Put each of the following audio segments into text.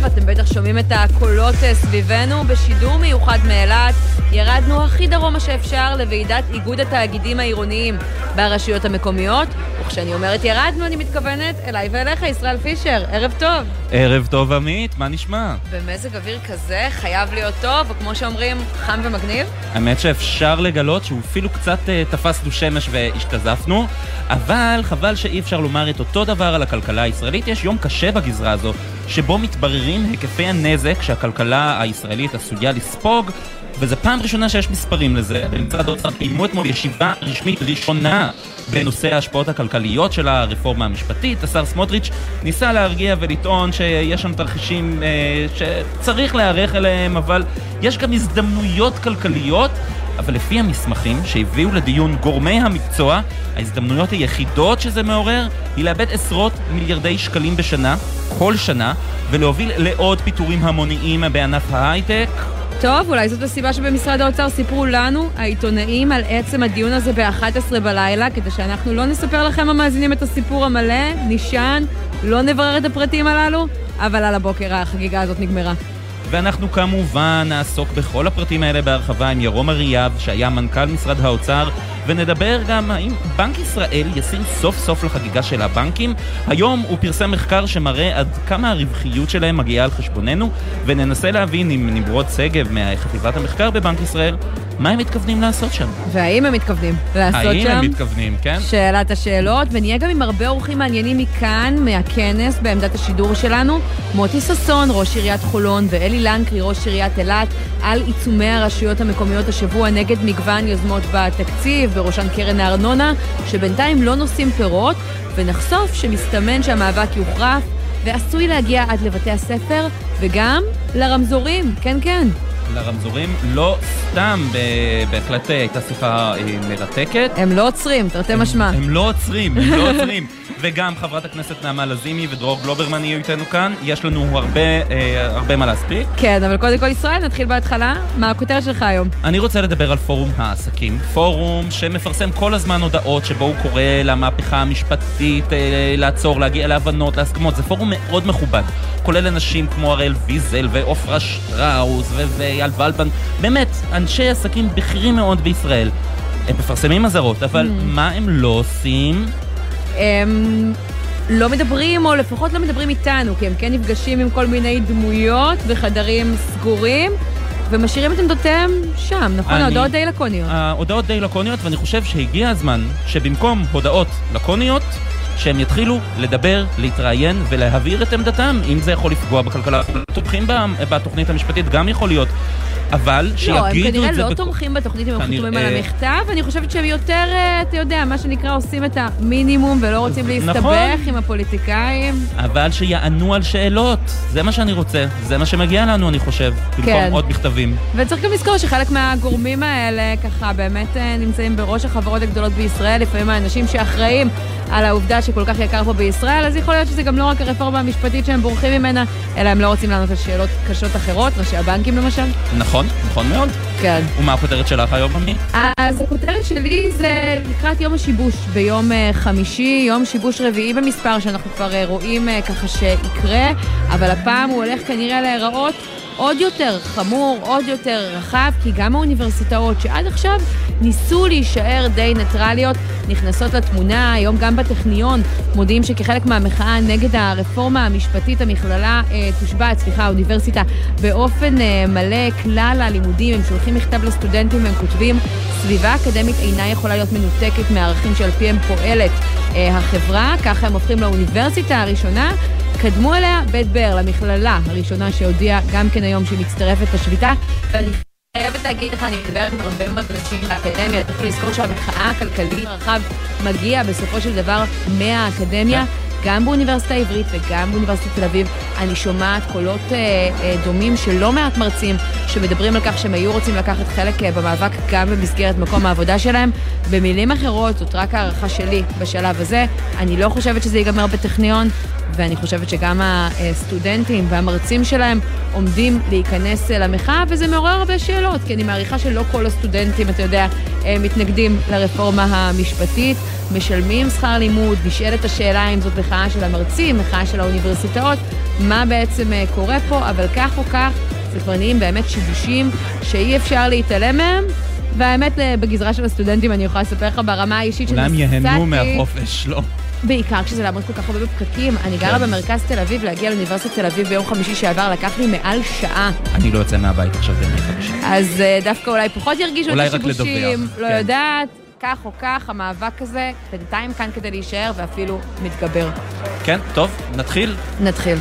אתם בטח שומעים את הקולות סביבנו. בשידור מיוחד מאילת ירדנו הכי דרומה שאפשר לוועידת איגוד התאגידים העירוניים ברשויות המקומיות, וכשאני אומרת ירדנו אני מתכוונת אליי ואליך, ישראל פישר. ערב טוב. ערב טוב עמית, מה נשמע? במזג אוויר כזה חייב להיות טוב, וכמו שאומרים, חם ומגניב. האמת שאפשר לגלות שהוא אפילו קצת תפסנו שמש והשתזפנו, אבל חבל שאי אפשר לומר את אותו דבר על הכלכלה הישראלית. יש יום קשה בגזרה הזו, שבו מתבררים היקפי הנזק שהכלכלה הישראלית עשויה לספוג, וזו פעם ראשונה שיש מספרים לזה. במשרד האוצר קיימו אתמול ישיבה רשמית ראשונה בנושא ההשפעות הכלכליות של הרפורמה המשפטית. השר סמוטריץ' ניסה להרגיע ולטעון שיש שם תרחישים שצריך להיערך אליהם, אבל יש גם הזדמנויות כלכליות. אבל לפי המסמכים שהביאו לדיון גורמי המקצוע, ההזדמנויות היחידות שזה מעורר היא לאבד עשרות מיליארדי שקלים בשנה, כל שנה, ולהוביל לעוד פיטורים המוניים בענף ההייטק. טוב, אולי זאת הסיבה שבמשרד האוצר סיפרו לנו, העיתונאים, על עצם הדיון הזה ב-11 בלילה, כדי שאנחנו לא נספר לכם המאזינים את הסיפור המלא, נשען, לא נברר את הפרטים הללו, אבל על הבוקר החגיגה הזאת נגמרה. ואנחנו כמובן נעסוק בכל הפרטים האלה בהרחבה עם ירום אריאב, שהיה מנכ"ל משרד האוצר, ונדבר גם האם בנק ישראל ישים סוף סוף לחגיגה של הבנקים. היום הוא פרסם מחקר שמראה עד כמה הרווחיות שלהם מגיעה על חשבוננו, וננסה להבין עם נמרוד שגב מחטיבת המחקר בבנק ישראל, מה הם מתכוונים לעשות שם. והאם הם מתכוונים לעשות שם? האם הם מתכוונים, כן? שאלת השאלות, ונהיה גם עם הרבה אורחים מעניינים מכאן, מהכנס, בעמדת השידור שלנו. מוטי ססון, ראש עיריית חולון, ואלי לנקרי, ראש עיריית אילת, על עיצומי הרשויות המקומיות השבוע נגד מגוון יוזמות בתקציב, בראשן קרן הארנונה, שבינתיים לא נושאים פירות, ונחשוף שמסתמן שהמאבק יוחרף, ועשוי להגיע עד לבתי הספר, וגם לרמזורים, כן כן. לרמזורים לא סתם, בהחלט הייתה שיחה מרתקת. הם לא עוצרים, תרתי משמע. הם לא עוצרים. וגם חברת הכנסת נעמה לזימי ודרור גלוברמן יהיו איתנו כאן. יש לנו הרבה מה להספיק. כן, אבל קודם כל ישראל, נתחיל בהתחלה. מה הכותרת שלך היום? אני רוצה לדבר על פורום העסקים. פורום שמפרסם כל הזמן הודעות שבו הוא קורא למהפכה המשפטית, לעצור, להגיע להבנות, להסכמות. זה פורום מאוד מכובד. כולל אנשים כמו הראל ויזל ואופרה שטראוס ואייל ולבן. באמת, אנשי עסקים בכירים מאוד בישראל. הם מפרסמים אזהרות, אבל מה הם לא עושים? לא מדברים, או לפחות לא מדברים איתנו, כי הם כן נפגשים עם כל מיני דמויות בחדרים סגורים, ומשאירים את עמדותיהם שם, נכון? ההודעות די לקוניות. ההודעות די לקוניות, ואני חושב שהגיע הזמן שבמקום הודעות לקוניות, שהם יתחילו לדבר, להתראיין ולהעביר את עמדתם. אם זה יכול לפגוע בכלכלה, תומכים בתוכנית המשפטית, גם יכול להיות. אבל שיגידו את זה... לא, הם כנראה לא תומכים בתוכנית, הם חתומים על המכתב, אני חושבת שהם יותר, אתה יודע, מה שנקרא, עושים את המינימום ולא רוצים להסתבך עם הפוליטיקאים. אבל שיענו על שאלות, זה מה שאני רוצה, זה מה שמגיע לנו, אני חושב, במקום עוד מכתבים. וצריך גם לזכור שחלק מהגורמים האלה, ככה, באמת נמצאים בראש החברות הגדולות בישראל, לפעמים האנשים שאחראים על העובדה שכל כך יקר פה בישראל, אז יכול להיות שזה גם לא רק הרפורמה המשפטית שהם בורחים ממנה, אלא הם לא רוצים לענות על שאלות קשות אחרות, ראשי הבנקים למשל. נכון מאוד. כן. ומה הכותרת שלך היום, עמי? אז הכותרת שלי זה לקראת יום השיבוש, ביום חמישי, יום שיבוש רביעי במספר שאנחנו כבר רואים ככה שיקרה, אבל הפעם הוא הולך כנראה להיראות עוד יותר חמור, עוד יותר רחב, כי גם האוניברסיטאות שעד עכשיו ניסו להישאר די ניטרליות, נכנסות לתמונה. היום גם בטכניון מודיעים שכחלק מהמחאה נגד הרפורמה המשפטית, המכללה תושבע, האוניברסיטה באופן מלא, כלל הלימודים, הם שולחים מכתב לסטודנטים והם כותבים, סביבה אקדמית אינה יכולה להיות מנותקת מהערכים שעל פיהם פועלת החברה, ככה הם הופכים לאוניברסיטה הראשונה, קדמו אליה בית באר, למכללה הראשונה שהודיעה גם כן היום שהיא מצטרפת לשביתה. ואני חייבת להגיד לך, אני מדברת עם הרבה מאוד אנשים באקדמיה, צריך לזכור שהמחאה הכלכלית הרחב מגיע בסופו של דבר מהאקדמיה, גם באוניברסיטה העברית וגם באוניברסיטת תל אביב. אני שומעת קולות דומים של לא מעט מרצים שמדברים על כך שהם היו רוצים לקחת חלק במאבק גם במסגרת מקום העבודה שלהם. במילים אחרות, זאת רק הערכה שלי בשלב הזה. אני לא חושבת שזה ייגמר בטכניון, ואני חושבת שגם הסטודנטים והמרצים שלהם עומדים להיכנס למחאה, וזה מעורר הרבה שאלות, כי אני מעריכה שלא כל הסטודנטים, אתה יודע, מתנגדים לרפורמה המשפטית, משלמים שכר לימוד, נשאלת השאלה אם זאת מחאה של המרצים, מחאה של האוניברסיטאות, מה בעצם קורה פה, אבל כך או כך, זה כבר נהיים באמת שיבושים שאי אפשר להתעלם מהם, והאמת בגזרה של הסטודנטים אני יכולה לספר לך ברמה האישית אולי הם יהנו מהחופש, לא? בעיקר כשזה לעמוד כל כך הרבה בפקקים. אני גרה במרכז תל אביב, להגיע לאוניברסיטת תל אביב ביום חמישי שעבר, לקח לי מעל שעה. אני לא יוצא מהבית עכשיו בימי חמישי. אז דווקא אולי פחות ירגישו את השיבושים, לא יודעת, כך או כך, המאבק הזה בינתיים כאן כדי להישאר ואפילו מתגבר. כן, טוב, נתחיל? נתחיל.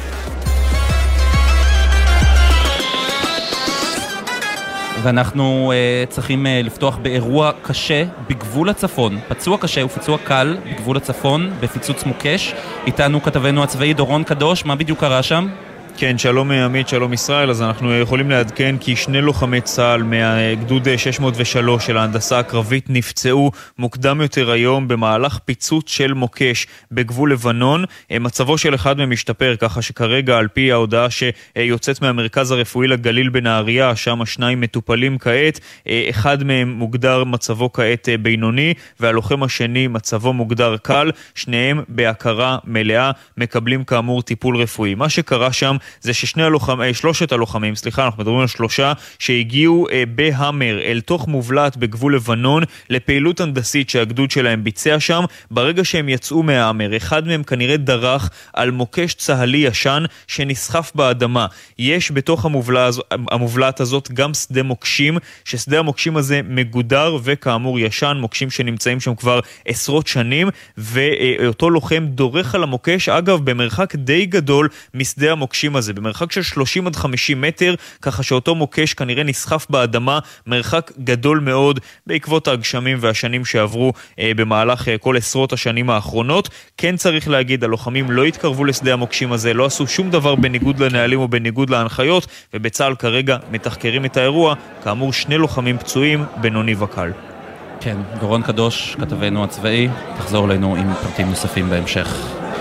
ואנחנו צריכים לפתוח באירוע קשה בגבול הצפון, פצוע קשה ופצוע קל בגבול הצפון, בפיצוץ מוקש. איתנו כתבנו הצבאי דורון קדוש, מה בדיוק קרה שם? כן, שלום עמית, שלום ישראל. אז אנחנו יכולים לעדכן כי 2 לוחמי צה"ל מהגדוד 603 של ההנדסה הקרבית נפצעו מוקדם יותר היום במהלך פיצוץ של מוקש בגבול לבנון. מצבו של אחד מהם משתפר, ככה שכרגע על פי ההודעה שיוצאת מהמרכז הרפואי לגליל בנהריה, שם 2 מטופלים כעת, אחד מהם מוגדר מצבו כעת בינוני, והלוחם השני מצבו מוגדר קל, שניהם בהכרה מלאה, מקבלים כאמור טיפול רפואי. מה שקרה שם זה שלושת הלוחמים, אנחנו מדברים על 3 שהגיעו בהמר אל תוך מובלעת בגבול לבנון לפעילות הנדסית שהגדוד שלהם ביצע שם. ברגע שהם יצאו מההמר, אחד מהם כנראה דרך על מוקש צהלי ישן שנסחף באדמה. יש בתוך המובלעת הזאת גם שדה מוקשים, ששדה המוקשים הזה מגודר וכאמור ישן, מוקשים שנמצאים שם כבר עשרות שנים, ואותו לוחם דורך על המוקש, אגב במרחק די גדול משדה המוקשים הזה, במרחק של 30 עד 50 מטר, ככה שאותו מוקש כנראה נסחף באדמה, מרחק גדול מאוד בעקבות הגשמים והשנים שעברו במהלך כל עשרות השנים האחרונות. כן צריך להגיד, הלוחמים לא התקרבו לשדה המוקשים הזה, לא עשו שום דבר בניגוד לנהלים או בניגוד להנחיות, ובצה"ל כרגע מתחקרים את האירוע. כאמור 2 לוחמים פצועים, בינוני וקל. כן, דורון קדוש, כתבנו הצבאי, תחזור אלינו עם פרטים נוספים בהמשך.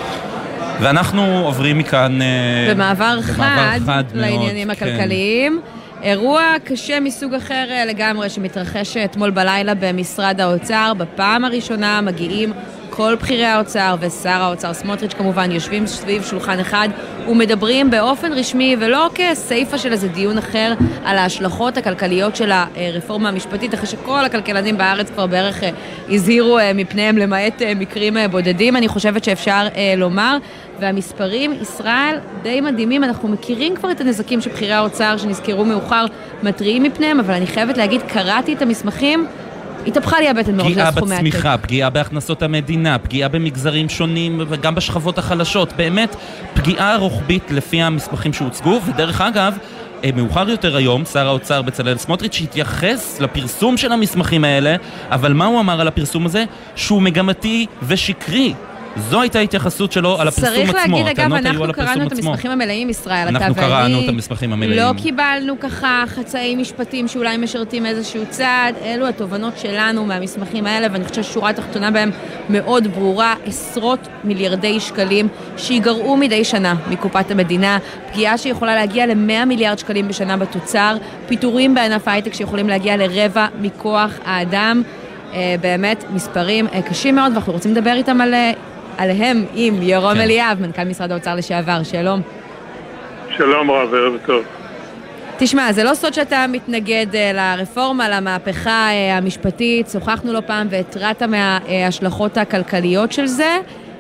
ואנחנו עוברים מכאן במעבר חד לעניינים מאוד, הכלכליים. כן. אירוע קשה מסוג אחר לגמרי שמתרחש אתמול בלילה במשרד האוצר. בפעם הראשונה מגיעים כל בכירי האוצר ושר האוצר סמוטריץ' כמובן יושבים סביב שולחן אחד ומדברים באופן רשמי ולא כסעיפה של איזה דיון אחר על ההשלכות הכלכליות של הרפורמה המשפטית, אחרי שכל הכלכלנים בארץ כבר בערך הזהירו מפניהם למעט מקרים בודדים, אני חושבת שאפשר לומר. והמספרים, ישראל, די מדהימים. אנחנו מכירים כבר את הנזקים של בכירי האוצר שנזכרו מאוחר מתריעים מפניהם, אבל אני חייבת להגיד, קראתי את המסמכים, התהפכה לי הבטן מרוב פגיעה לסכומי בצמיחה, פגיעה בהכנסות המדינה, פגיעה במגזרים שונים וגם בשכבות החלשות. באמת, פגיעה רוחבית לפי המסמכים שהוצגו, ודרך אגב, מאוחר יותר היום, שר האוצר בצלאל סמוטריץ' התייחס לפרסום של המסמכים האלה, אבל מה הוא אמר על הפרסום הזה? שהוא מגמתי ושקרי. זו הייתה התייחסות שלו על הפרסום עצמו. צריך להגיד, אגב, אנחנו קראנו את המסמכים המלאים, ישראל, אנחנו קראנו את המסמכים המלאים. לא קיבלנו ככה חצאי משפטים שאולי משרתים איזשהו צעד, אלו התובנות שלנו מהמסמכים האלה, ואני חושבת ששורה התחתונה בהם מאוד ברורה, עשרות מיליארדי שקלים שיגרעו מדי שנה מקופת המדינה, פגיעה שיכולה להגיע ל100 מיליארד שקלים בשנה בתוצר, פיטורים בענף ההייטק שיכולים להגיע לרבע מכוח האדם, באמת מספרים קשים מאוד, ואנחנו רוצים לדבר איתם עליהם עם ירום אליאב, מנכ"ל משרד האוצר לשעבר. שלום. שלום רב, ערב טוב. תשמע, זה לא סוד שאתה מתנגד לרפורמה, למהפכה המשפטית, שוחחנו לא פעם והתרעת מההשלכות הכלכליות של זה.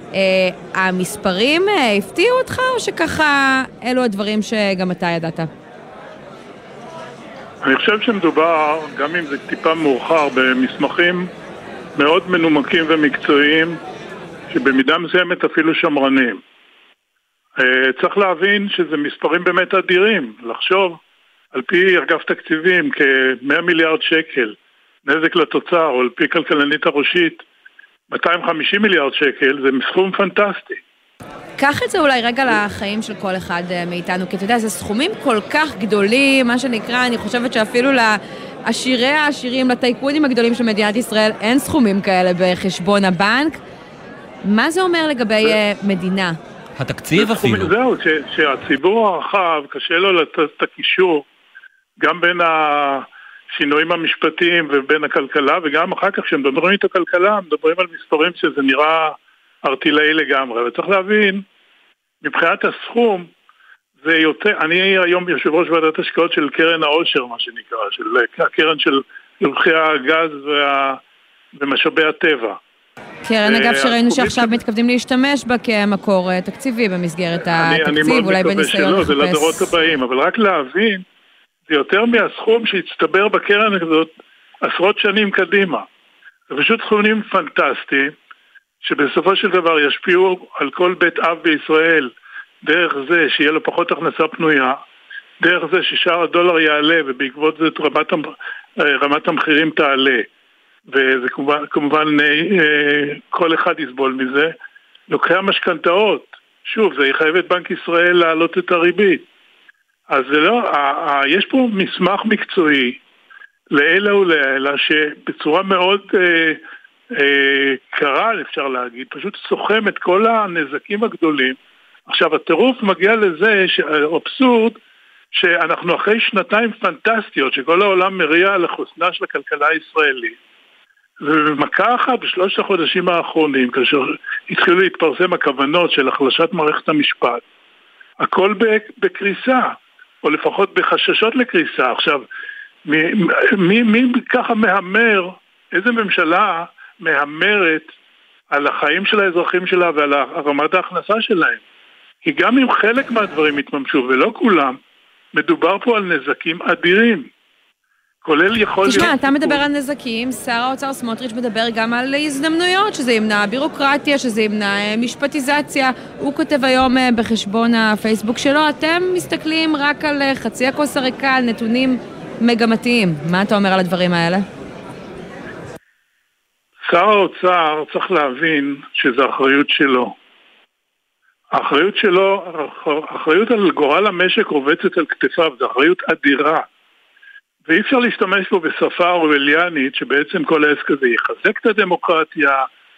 המספרים הפתיעו אותך או שככה אלו הדברים שגם אתה ידעת? אני חושב שמדובר, גם אם זה טיפה מאוחר, במסמכים מאוד מנומקים ומקצועיים, שבמידה מסוימת אפילו שמרנים. צריך להבין שזה מספרים באמת אדירים. לחשוב, על פי אגף תקציבים, כ100 מיליארד שקל נזק לתוצר, או על פי כלכלנית הראשית, 250 מיליארד שקל, זה מסכום פנטסטי. קח את זה אולי רגע לחיים של כל אחד מאיתנו, כי אתה יודע, זה סכומים כל כך גדולים, מה שנקרא, אני חושבת שאפילו לעשירי העשירים, לטייקונים הגדולים של מדינת ישראל, אין סכומים כאלה בחשבון הבנק. מה זה אומר לגבי מדינה? התקציב אפילו. זהו, שהציבור הרחב, קשה לו לתת את הקישור, גם בין השינויים המשפטיים ובין הכלכלה, וגם אחר כך כשמדברים את הכלכלה, מדברים על מספרים שזה נראה ארטילאי לגמרי. וצריך להבין, מבחינת הסכום, זה יותר, אני היום יושב ראש ועדת השקעות של קרן העושר, מה שנקרא, של הקרן של רווחי הגז ומשאבי הטבע. קרן, אגב, שראינו שעכשיו מתכוונים להשתמש בה כמקור תקציבי במסגרת התקציב, אולי בניסיון לחפש. זה לדורות הבאים, אבל רק להבין, זה יותר מהסכום שהצטבר בקרן הזאת עשרות שנים קדימה. זה פשוט סכומים פנטסטיים, שבסופו של דבר ישפיעו על כל בית אב בישראל, דרך זה שיהיה לו פחות הכנסה פנויה, דרך זה ששער הדולר יעלה, ובעקבות זה רמת המחירים תעלה. וזה כמובן כל אחד יסבול מזה. לוקחי המשכנתאות, שוב, זה יחייב את בנק ישראל להעלות את הריבית. אז זה לא, יש פה מסמך מקצועי לאלה ולאלה שבצורה מאוד קרה, אפשר להגיד, פשוט סוכם את כל הנזקים הגדולים. עכשיו, הטירוף מגיע לזה, האבסורד, שאנחנו אחרי שנתיים פנטסטיות, שכל העולם מריע לחוסנה של הכלכלה הישראלית. ובמכה אחת בשלושת החודשים האחרונים, כאשר התחילו להתפרסם הכוונות של החלשת מערכת המשפט, הכל בקריסה, או לפחות בחששות לקריסה. עכשיו, מי ככה מהמר, איזה ממשלה מהמרת על החיים של האזרחים שלה ועל רמת ההכנסה שלהם? כי גם אם חלק מהדברים יתממשו ולא כולם, מדובר פה על נזקים אדירים. כולל יכול להיות... תשמע, אתה מדבר על נזקים, שר האוצר סמוטריץ' מדבר גם על הזדמנויות, שזה ימנע בירוקרטיה, שזה ימנע משפטיזציה. הוא כותב היום בחשבון הפייסבוק שלו, אתם מסתכלים רק על חצי הכוס הריקה, על נתונים מגמתיים. מה אתה אומר על הדברים האלה? שר האוצר צריך להבין שזה אחריות שלו. האחריות שלו, האחריות על גורל המשק רובצת על כתפיו, זו אחריות אדירה. ואי אפשר להשתמש פה בשפה אורווליאנית, שבעצם כל העסק הזה יחזק את הדמוקרטיה.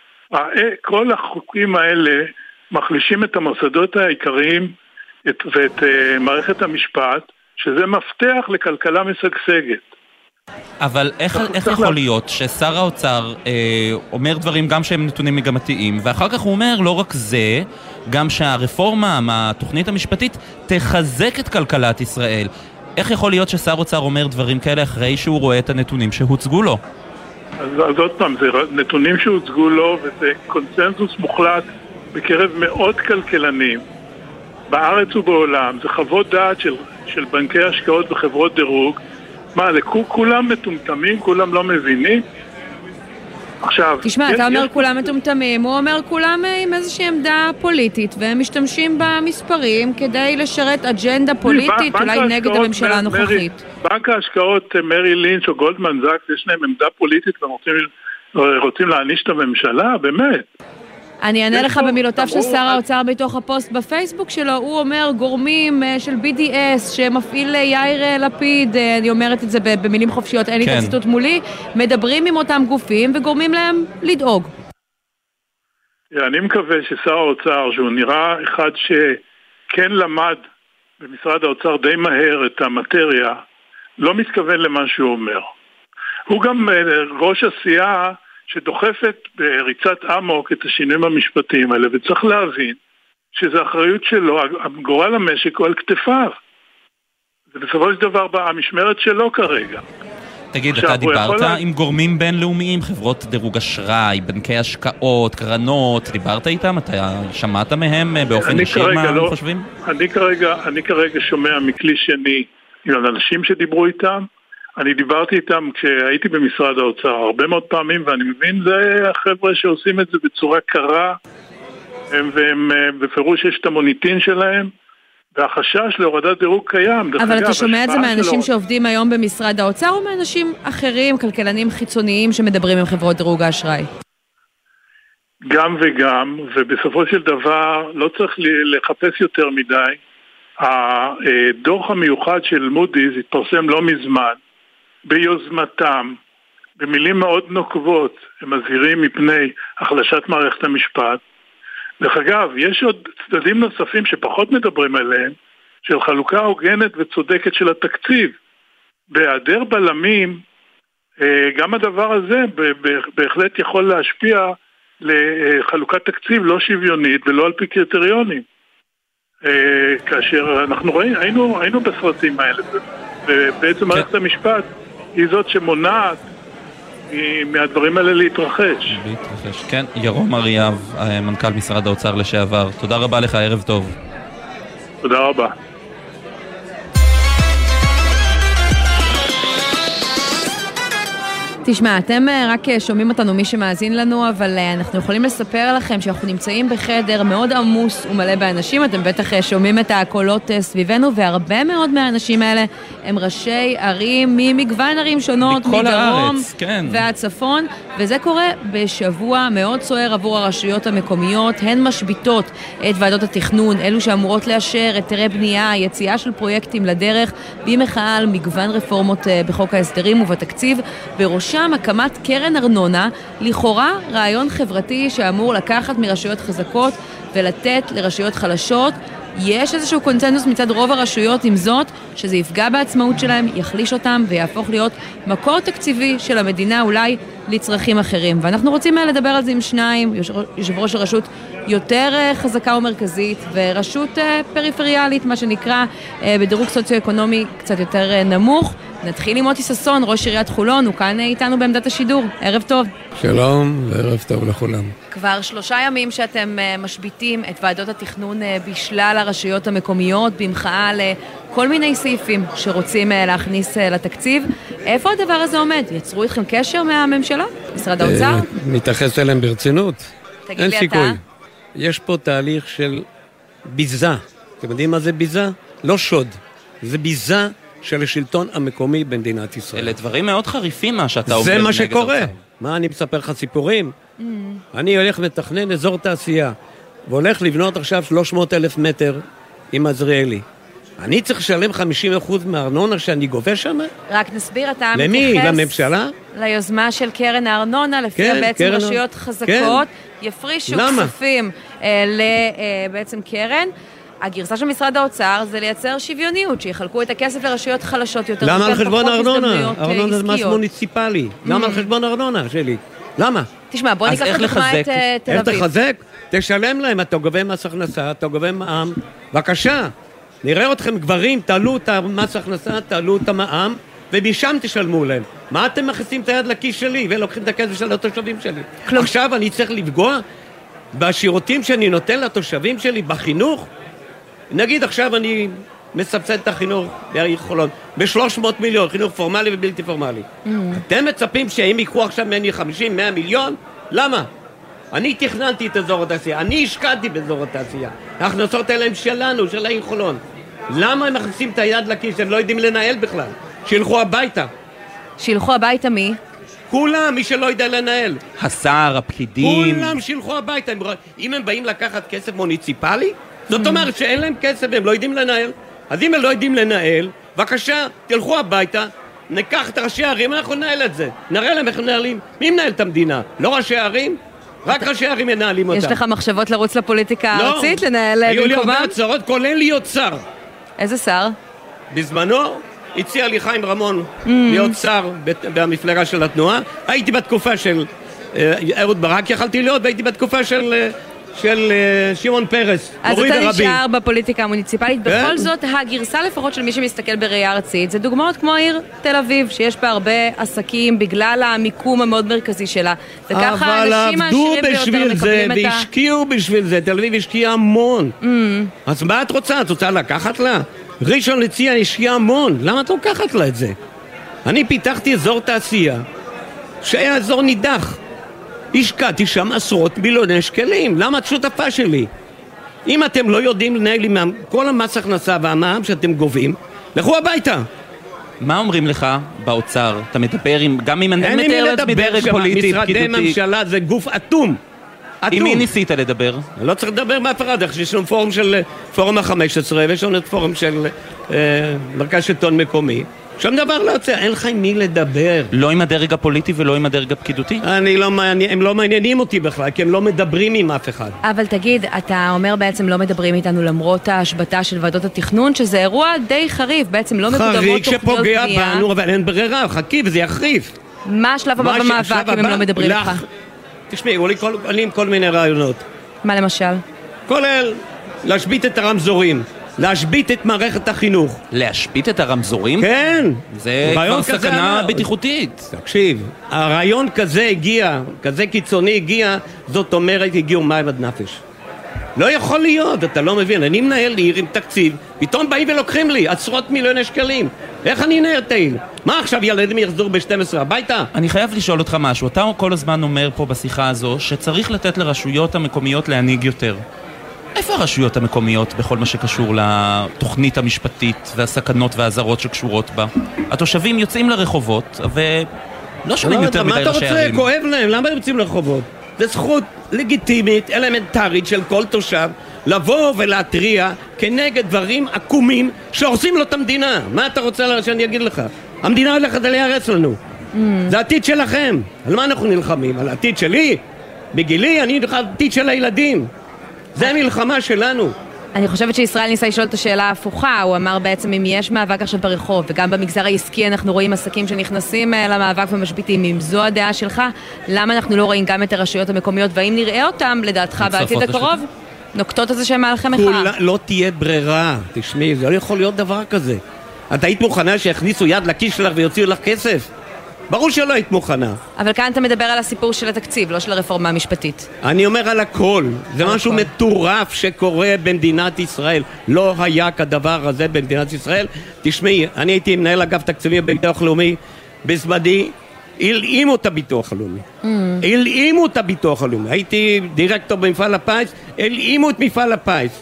כל החוקים האלה מחלישים את המוסדות העיקריים ואת מערכת המשפט, שזה מפתח לכלכלה משגשגת. אבל איך יכול להיות ששר האוצר אומר דברים גם שהם נתונים מגמתיים, ואחר כך הוא אומר לא רק זה, גם שהרפורמה מהתוכנית המשפטית תחזק את כלכלת ישראל. איך יכול להיות ששר אוצר אומר דברים כאלה אחרי שהוא רואה את הנתונים שהוצגו לו? אז עוד פעם, זה נתונים שהוצגו לו, וזה קונצנזוס מוחלט בקרב מאוד כלכלנים בארץ ובעולם. זה חוות דעת של בנקי השקעות וחברות דירוג. מה, כולם מטומטמים? כולם לא מבינים? עכשיו... תשמע, אתה אומר כולם מטומטמים, הוא אומר כולם עם איזושהי עמדה פוליטית, והם משתמשים במספרים כדי לשרת אג'נדה פוליטית, אולי נגד הממשלה הנוכחית. בנק ההשקעות מרי לינץ' או גולדמן זאקס, יש להם עמדה פוליטית ורוצים להעניש את הממשלה? באמת. אני אענה לך במילותיו של שר האוצר בתוך הפוסט בפייסבוק שלו, הוא אומר גורמים של BDS שמפעיל יאיר לפיד, אני אומרת את זה במילים חופשיות, אין לי את הציטוט מולי, מדברים עם אותם גופים וגורמים להם לדאוג. אני מקווה ששר האוצר, שהוא נראה אחד שכן למד במשרד האוצר די מהר את המטריה, לא מתכוון למה שהוא אומר. הוא גם ראש הסיעה שדוחפת בריצת אמוק את השינויים המשפטיים האלה, וצריך להבין שזו אחריות שלו, גורל המשק הוא על כתפיו. זה בסופו של דבר המשמרת שלו כרגע. תגיד, אתה דיברת עם גורמים בינלאומיים, חברות דירוג אשראי, בנקי השקעות, קרנות, דיברת איתם? אתה שמעת מהם באופן אישי מה הם חושבים? אני כרגע שומע מכלי שני עם אנשים שדיברו איתם, אני דיברתי איתם כשהייתי במשרד האוצר הרבה מאוד פעמים, ואני מבין, זה החבר'ה שעושים את זה בצורה קרה, והם בפירוש יש את המוניטין שלהם, והחשש להורדת דירוג קיים. אבל אתה שומע את זה מאנשים שעובדים היום במשרד האוצר, או מאנשים אחרים, כלכלנים חיצוניים שמדברים עם חברות דירוג האשראי? גם וגם, ובסופו של דבר לא צריך לחפש יותר מדי. הדוח המיוחד של מודי'ס התפרסם לא מזמן, ביוזמתם, במילים מאוד נוקבות, הם מזהירים מפני החלשת מערכת המשפט. דרך אגב, יש עוד צדדים נוספים שפחות מדברים עליהם, של חלוקה הוגנת וצודקת של התקציב. בהיעדר בלמים, גם הדבר הזה בהחלט יכול להשפיע לחלוקת תקציב לא שוויונית ולא על פי קריטריונים. כאשר אנחנו היינו בסרטים האלה, ובעצם מערכת המשפט היא זאת שמונעת מהדברים האלה להתרחש. כן, ירום אריאב, מנכ"ל משרד האוצר לשעבר. תודה רבה לך, ערב טוב. תודה רבה. תשמע, אתם רק שומעים אותנו מי שמאזין לנו, אבל אנחנו יכולים לספר לכם שאנחנו נמצאים בחדר מאוד עמוס ומלא באנשים. אתם בטח שומעים את הקולות סביבנו, והרבה מאוד מהאנשים האלה הם ראשי ערים ממגוון ערים שונות, מדרום ועד צפון, וזה קורה בשבוע מאוד סוער עבור הרשויות המקומיות. הן משביתות את ועדות התכנון, אלו שאמורות לאשר היתרי בנייה, יציאה של פרויקטים לדרך, במחאה על מגוון רפורמות בחוק ההסדרים ובתקציב, בראשם הקמת קרן ארנונה, לכאורה רעיון חברתי שאמור לקחת מרשויות חזקות ולתת לרשויות חלשות. יש איזשהו קונצנזוס מצד רוב הרשויות עם זאת, שזה יפגע בעצמאות שלהם, יחליש אותם ויהפוך להיות מקור תקציבי של המדינה אולי לצרכים אחרים. ואנחנו רוצים לדבר על זה עם שניים, יושב ראש הרשות יותר חזקה ומרכזית, ורשות פריפריאלית, מה שנקרא, בדירוג סוציו-אקונומי קצת יותר נמוך. נתחיל עם מוטי ססון, ראש עיריית חולון, הוא כאן איתנו בעמדת השידור. ערב טוב. שלום וערב טוב לכולם. כבר 3 ימים שאתם משביתים את ועדות התכנון בשלל הרשויות המקומיות, במחאה לכל מיני סעיפים שרוצים להכניס לתקציב. איפה הדבר הזה עומד? יצרו איתכם קשר מהממשלה? משרד האוצר? מתייחס אליהם ברצינות. תגיד לי סיכוי. אתה. יש פה תהליך של ביזה. אתם יודעים מה זה ביזה? לא שוד. זה ביזה של השלטון המקומי במדינת ישראל. אלה דברים מאוד חריפים מה שאתה אומר. זה מה שקורה. מה, אני מספר לך סיפורים? אני הולך לתכנן אזור תעשייה, והולך לבנות עכשיו 300,000 מטר עם עזריאלי. אני צריך לשלם 50% מהארנונה שאני גובה שם? רק נסביר, אתה למי? מתייחס לממשלה? ליוזמה של קרן הארנונה, לפיה בעצם רשויות חזקות יפרישו כספים לבעצם קרן. הגרסה של משרד האוצר זה לייצר שוויוניות, שיחלקו את הכסף לרשויות חלשות יותר. למה על חשבון הארנונה? ארנונה זה מס מוניציפלי. למה על חשבון הארנונה שלי? למה? תשמע, בוא ניקח לדוגמה את תל אביב. איך תחזק? תשלם להם, אתה גובה מס הכנסה, אתה גובה מע"מ. בבקשה, נראה אתכם גברים, תעלו את המס הכנסה, תעלו את המע"מ, ומשם תשלמו להם. מה אתם מכניסים את היד לכיס שלי ולוקחים את הכסף של התושבים שלי? עכשיו אני צריך לפגוע בשירותים שאני נותן לתושבים שלי, בחינוך? נגיד עכשיו אני מסבסד את החינוך בעיר חולון ב-300 מיליון, חינוך פורמלי ובלתי פורמלי. אתם מצפים שהם יקחו עכשיו ממני 50, 100 מיליון? למה? אני תכננתי את אזור התעשייה, אני השקעתי באזור התעשייה. ההכנסות האלה הם שלנו, של העיר חולון. למה הם מכניסים את היד לכיס? הם לא יודעים לנהל בכלל. שילכו הביתה. שילכו הביתה מי? כולם, מי שלא יודע לנהל. השר, הפקידים. כולם שילכו הביתה. אם הם באים לקחת כסף מוניציפלי, זאת אומרת שאין להם כסף והם לא יודעים לנהל. אז אם הם לא יודעים לנהל, בבקשה, תלכו הביתה, ניקח את ראשי הערים, אנחנו ננהל את זה. נראה להם איך ננהלים. מי מנהל את המדינה? לא ראשי הערים? רק ראשי הערים ינהלים אותה. יש לך מחשבות לרוץ לפוליטיקה הארצית, לנהל במקומם? היו לי הרבה הצעות, כולל להיות שר. איזה שר? בזמנו הציע לי חיים רמון להיות שר במפלגה של התנועה. הייתי בתקופה של אהוד ברק, יכלתי להיות, והייתי בתקופה של שמעון פרס. אז אתה נשאר בפוליטיקה המוניציפלית. בכל זאת, הגרסה לפחות של מי שמסתכל בראייה ארצית, זה דוגמאות כמו העיר תל אביב, שיש בה הרבה עסקים בגלל המיקום המאוד מרכזי שלה. וככה האנשים העשירים ביותר מקבלים את ה... אבל עבדו בשביל זה, והשקיעו בשביל זה. תל אביב השקיעה המון. אז מה את רוצה? את רוצה לקחת לה? ראשון לציון השקיעה המון. למה את לוקחת לה את זה? אני פיתחתי אזור תעשייה, שהיה אזור נידח. השקעתי שם עשרות מיליוני שקלים. למה את שותפה שלי? אם אתם לא יודעים לנהל עם כל המס הכנסה והמע"מ שאתם גובים, לכו הביתה. מה אומרים לך באוצר? אתה מדבר עם... גם אם אני מתאר לעצמי דרג פוליטי, משרדי ממשלה זה גוף אטום. עם מי ניסית לדבר? אני לא צריך לדבר מאף אחד. יש לנו פורום של פורום ה-15, ויש לנו את פורום של מרכז שלטון מקומי. שום דבר לא יוצא, אין לך עם מי לדבר. לא עם הדרג הפוליטי ולא עם הדרג הפקידותי? הם לא מעניינים אותי בכלל, כי הם לא מדברים עם אף אחד. אבל תגיד, אתה אומר בעצם לא מדברים איתנו למרות ההשבתה של ועדות התכנון, שזה אירוע די חריף, בעצם לא מקודמות חריג תוכניות שפוגע בנייה. בנו, אבל אין ברירה, חכי וזה יחריף. מה השלב הבא במאבק אם הם לא מדברים איתך? תשמעי, עולים כל מיני רעיונות. מה למשל? כולל להשבית את הרמזורים, להשבית את מערכת החינוך. להשבית את הרמזורים? כן. זה כבר סכנה בטיחותית. תקשיב, הרעיון כזה הגיע, כזה קיצוני הגיע, זאת אומרת הגיעו מים עד נפש. לא יכול להיות, אתה לא מבין, אני מנהל עיר עם תקציב, פתאום באים ולוקחים לי עשרות מיליוני שקלים. איך אני אנהל את העיר? מה עכשיו ילדים יחזור ב-12 הביתה? אני חייב לשאול אותך משהו. אתה כל הזמן אומר פה בשיחה הזו שצריך לתת לרשויות המקומיות להנהיג יותר. איפה הרשויות המקומיות בכל מה שקשור לתוכנית המשפטית והסכנות והזרות שקשורות בה? התושבים יוצאים לרחובות ולא שומעים יותר מדי ראשי ערים. מה אתה רוצה? כואב להם, למה הם יוצאים לרחובות? זה זכות לגיטימית, אלמנטרית של כל תושב לבוא ולהטריע כנגד דברים עקומים שהורסים לו את המדינה. מה אתה רוצה שאני אגיד לך? המדינה הולכת להיהרס לנו. זה העתיד שלכם. על מה אנחנו נלחמים? על העתיד שלי? בגילי אני נלחם על העתיד של הילדים. זה המלחמה שלנו. אני חושבת שישראל ניסה לשאול את השאלה ההפוכה. הוא אמר בעצם אם יש מאבק עכשיו ברחוב, וגם במגזר העסקי אנחנו רואים עסקים שנכנסים למאבק ומשביתים. אם זו הדעה שלך, למה אנחנו לא רואים גם את הרשויות המקומיות, והאם נראה אותם, לדעתך, בעתיד הקרוב, נוקטות איזה שהם מהלכי מחאה? לא תהיה ברירה. תשמעי, זה לא יכול להיות דבר כזה. את היית מוכנה שיכניסו יד לכיס שלך ויוציאו לך כסף? ברור שלא היית מוכנה. אבל כאן אתה מדבר על הסיפור של התקציב, לא של הרפורמה המשפטית. אני אומר על הכל. זה משהו מטורף שקורה במדינת ישראל. לא היה כדבר הזה במדינת ישראל. תשמעי, אני הייתי מנהל אגף תקציבים בביטוח לאומי. בזמני הלאימו את הביטוח הלאומי. הלאימו את הביטוח הלאומי. הייתי דירקטור במפעל הפיס, הלאימו את מפעל הפיס.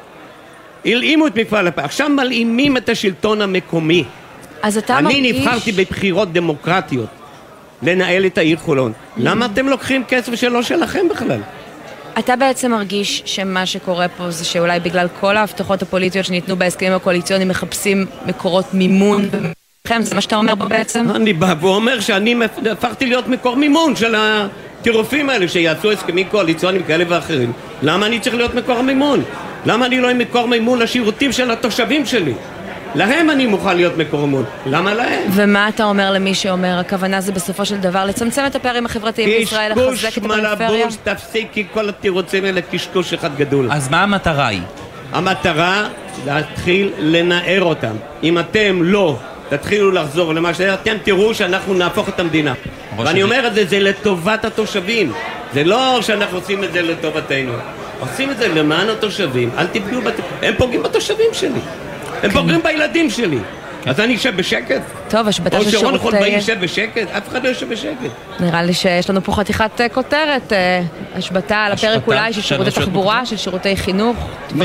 הלאימו את מפעל הפיס. עכשיו מלאימים את השלטון המקומי. אז אתה אני מרגיש... נבחרתי בבחירות דמוקרטיות לנהל את העיר חולון. למה אתם לוקחים כסף שלא שלכם בכלל? אתה בעצם מרגיש שמה שקורה פה זה שאולי בגלל כל ההבטחות הפוליטיות שניתנו בהסכמים הקואליציוניים מחפשים מקורות מימון בכם, זה מה שאתה אומר פה בעצם? אני בא ואומר שאני הפכתי להיות מקור מימון של הטירופים האלה שיעשו הסכמים קואליציוניים כאלה ואחרים. למה אני צריך להיות מקור מימון? למה אני לא עם מקור מימון לשירותים של התושבים שלי? להם אני מוכן להיות מקור מימון. למה להם? ומה אתה אומר למי שאומר, הכוונה זה בסופו של דבר לצמצם את הפערים החברתיים בישראל, לחזק את הפריפריה? מלבוש, תפסיקי כל התירוצים האלה, קשקוש אחד גדול. אז מה המטרה היא? המטרה להתחיל לנער אותם. אם אתם לא תתחילו לחזור למה שזה, אתם תראו שאנחנו נהפוך את המדינה. ואני אומר את זה, זה לטובת התושבים. זה לא שאנחנו עושים את זה לטובתנו. עושים את זה למען התושבים. אל תפגעו הם פוגעים בתושבים שלי. הם פוגעים בילדים שלי. אז אני אשב בשקט? טוב, השבתה של או שרון חולדאי שירותי... ישב בשקט? אף אחד לא ישב בשקט. נראה לי שיש לנו פה חתיכת כותרת, השבתה על הפרק אולי של שירותי תחבורה, של שירותי חינוך.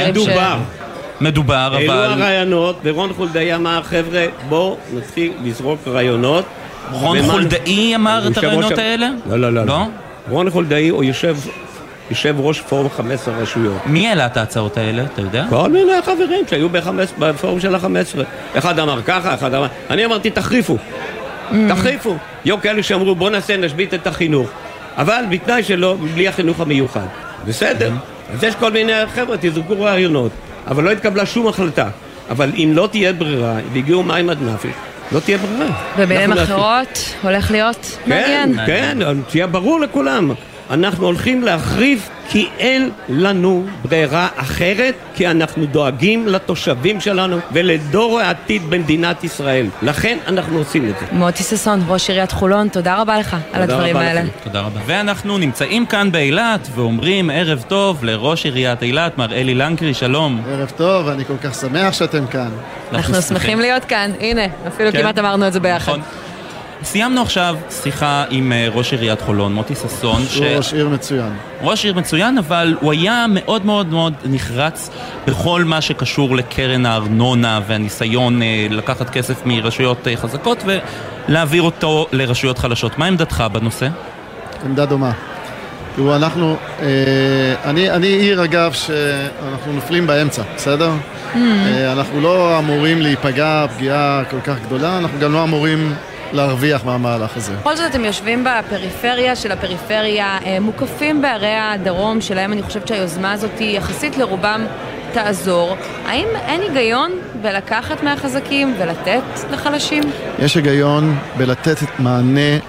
מדובר, אבל... אלו הרעיונות, ורון חולדאי אמר, חבר'ה, בואו נתחיל לזרוק רעיונות. רון חולדאי אמר את הרעיונות האלה? לא. רון חולדאי הוא יושב ראש פורום 15 רשויות. מי העלה את ההצעות האלה, אתה יודע? כל מיני חברים שהיו בפורום של ה-15. אחד אמר ככה, אחד אמר... אני אמרתי, תחריפו. תחריפו. יהיו כאלה שאמרו, בוא נשבית את החינוך. אבל בתנאי שלא, בלי החינוך המיוחד. בסדר. אז יש כל מיני חבר'ה, תזרקו רעיונות. אבל לא התקבלה שום החלטה. אבל אם לא תהיה ברירה, והגיעו מים עד נפש, לא תהיה ברירה. במילים אחרות, הולך להיות מעניין. כן, תהיה ברור לכולם. אנחנו הולכים להחריף כי אין לנו ברירה אחרת, כי אנחנו דואגים לתושבים שלנו ולדור העתיד במדינת ישראל. לכן אנחנו עושים את זה. מוטי ששון, ראש עיריית חולון, תודה רבה לך על הדברים האלה. תודה רבה. ואנחנו נמצאים כאן באילת ואומרים ערב טוב לראש עיריית אילת, מר אלי לנקרי, שלום. ערב טוב, אני כל כך שמח שאתם כאן. אנחנו שמחים להיות כאן, הנה, אפילו כמעט אמרנו את זה ביחד. סיימנו עכשיו שיחה עם ראש עיריית חולון, מוטי ששון. ראש עיר מצוין. ראש עיר מצוין, אבל הוא היה מאוד מאוד מאוד נחרץ בכל מה שקשור לקרן הארנונה והניסיון לקחת כסף מרשויות חזקות ולהעביר אותו לרשויות חלשות. מה עמדתך בנושא? עמדה דומה. תראו, אני עיר אגב שאנחנו נופלים באמצע, בסדר? אנחנו לא אמורים להיפגע פגיעה כל כך גדולה, אנחנו גם לא אמורים להרוויח מהמהלך הזה. בכל זאת אתם יושבים בפריפריה של הפריפריה, מוקפים בערי הדרום, שלהם אני חושבת שהיוזמה הזאת היא יחסית לרובם תעזור. האם אין היגיון בלקחת מהחזקים ולתת לחלשים? יש היגיון בלתת מענה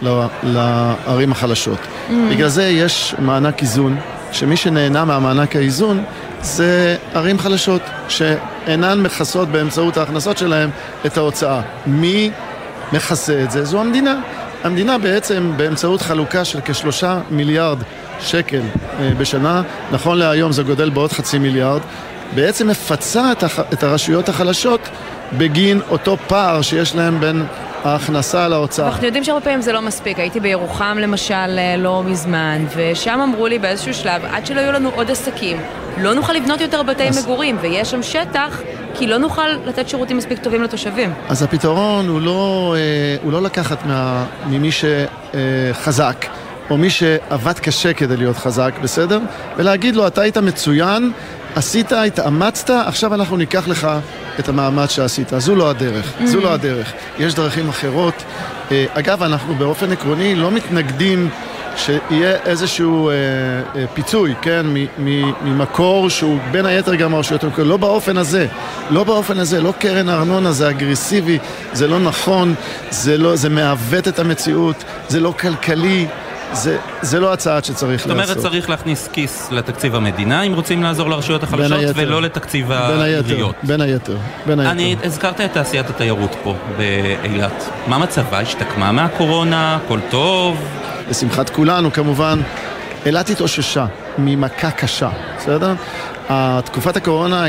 לערים החלשות. בגלל זה יש מענק איזון, שמי שנהנה מהמענק האיזון זה ערים חלשות, שאינן מכסות באמצעות ההכנסות שלהם את ההוצאה. מי מכסה את זה? זו המדינה. המדינה בעצם באמצעות חלוקה של כ3 מיליארד שקל בשנה, נכון להיום זה גודל בעוד 0.5 מיליארד, בעצם מפצה את הרשויות החלשות בגין אותו פער שיש להם בין ההכנסה להוצאה. אנחנו יודעים שהרבה פעמים זה לא מספיק. הייתי בירוחם למשל לא מזמן, ושם אמרו לי באיזשהו שלב, עד שלא יהיו לנו עוד עסקים, לא נוכל לבנות יותר בתי מגורים, ויש שם שטח, כי לא נוכל לתת שירותים מספיק טובים לתושבים. אז הפתרון הוא לא לקחת ממי שחזק, או מי שעבד קשה כדי להיות חזק, בסדר? ולהגיד לו, אתה היית מצוין, עשית, התאמצת, עכשיו אנחנו ניקח לך את המאמץ שעשית. זו לא הדרך, זו לא הדרך. יש דרכים אחרות. אגב, אנחנו באופן עקרוני לא מתנגדים שיהיה איזשהו פיצוי, כן, ממקור שהוא בין היתר גם הרשויות המקומיות. לא באופן הזה, לא באופן הזה, לא קרן הארנונה, זה אגרסיבי, זה לא נכון, זה מעוות את המציאות, זה לא כלכלי. זה לא הצעד שצריך לעשות. זאת אומרת, צריך להכניס כיס לתקציב המדינה, אם רוצים לעזור לרשויות החלשות, ולא לתקציב העיריות. בין היתר. אני הזכרת את תעשיית התיירות פה באילת. מה מצבה? השתקמה מהקורונה? הכל טוב? לשמחת כולנו, כמובן, אילת התאוששה ממכה קשה, בסדר? תקופת הקורונה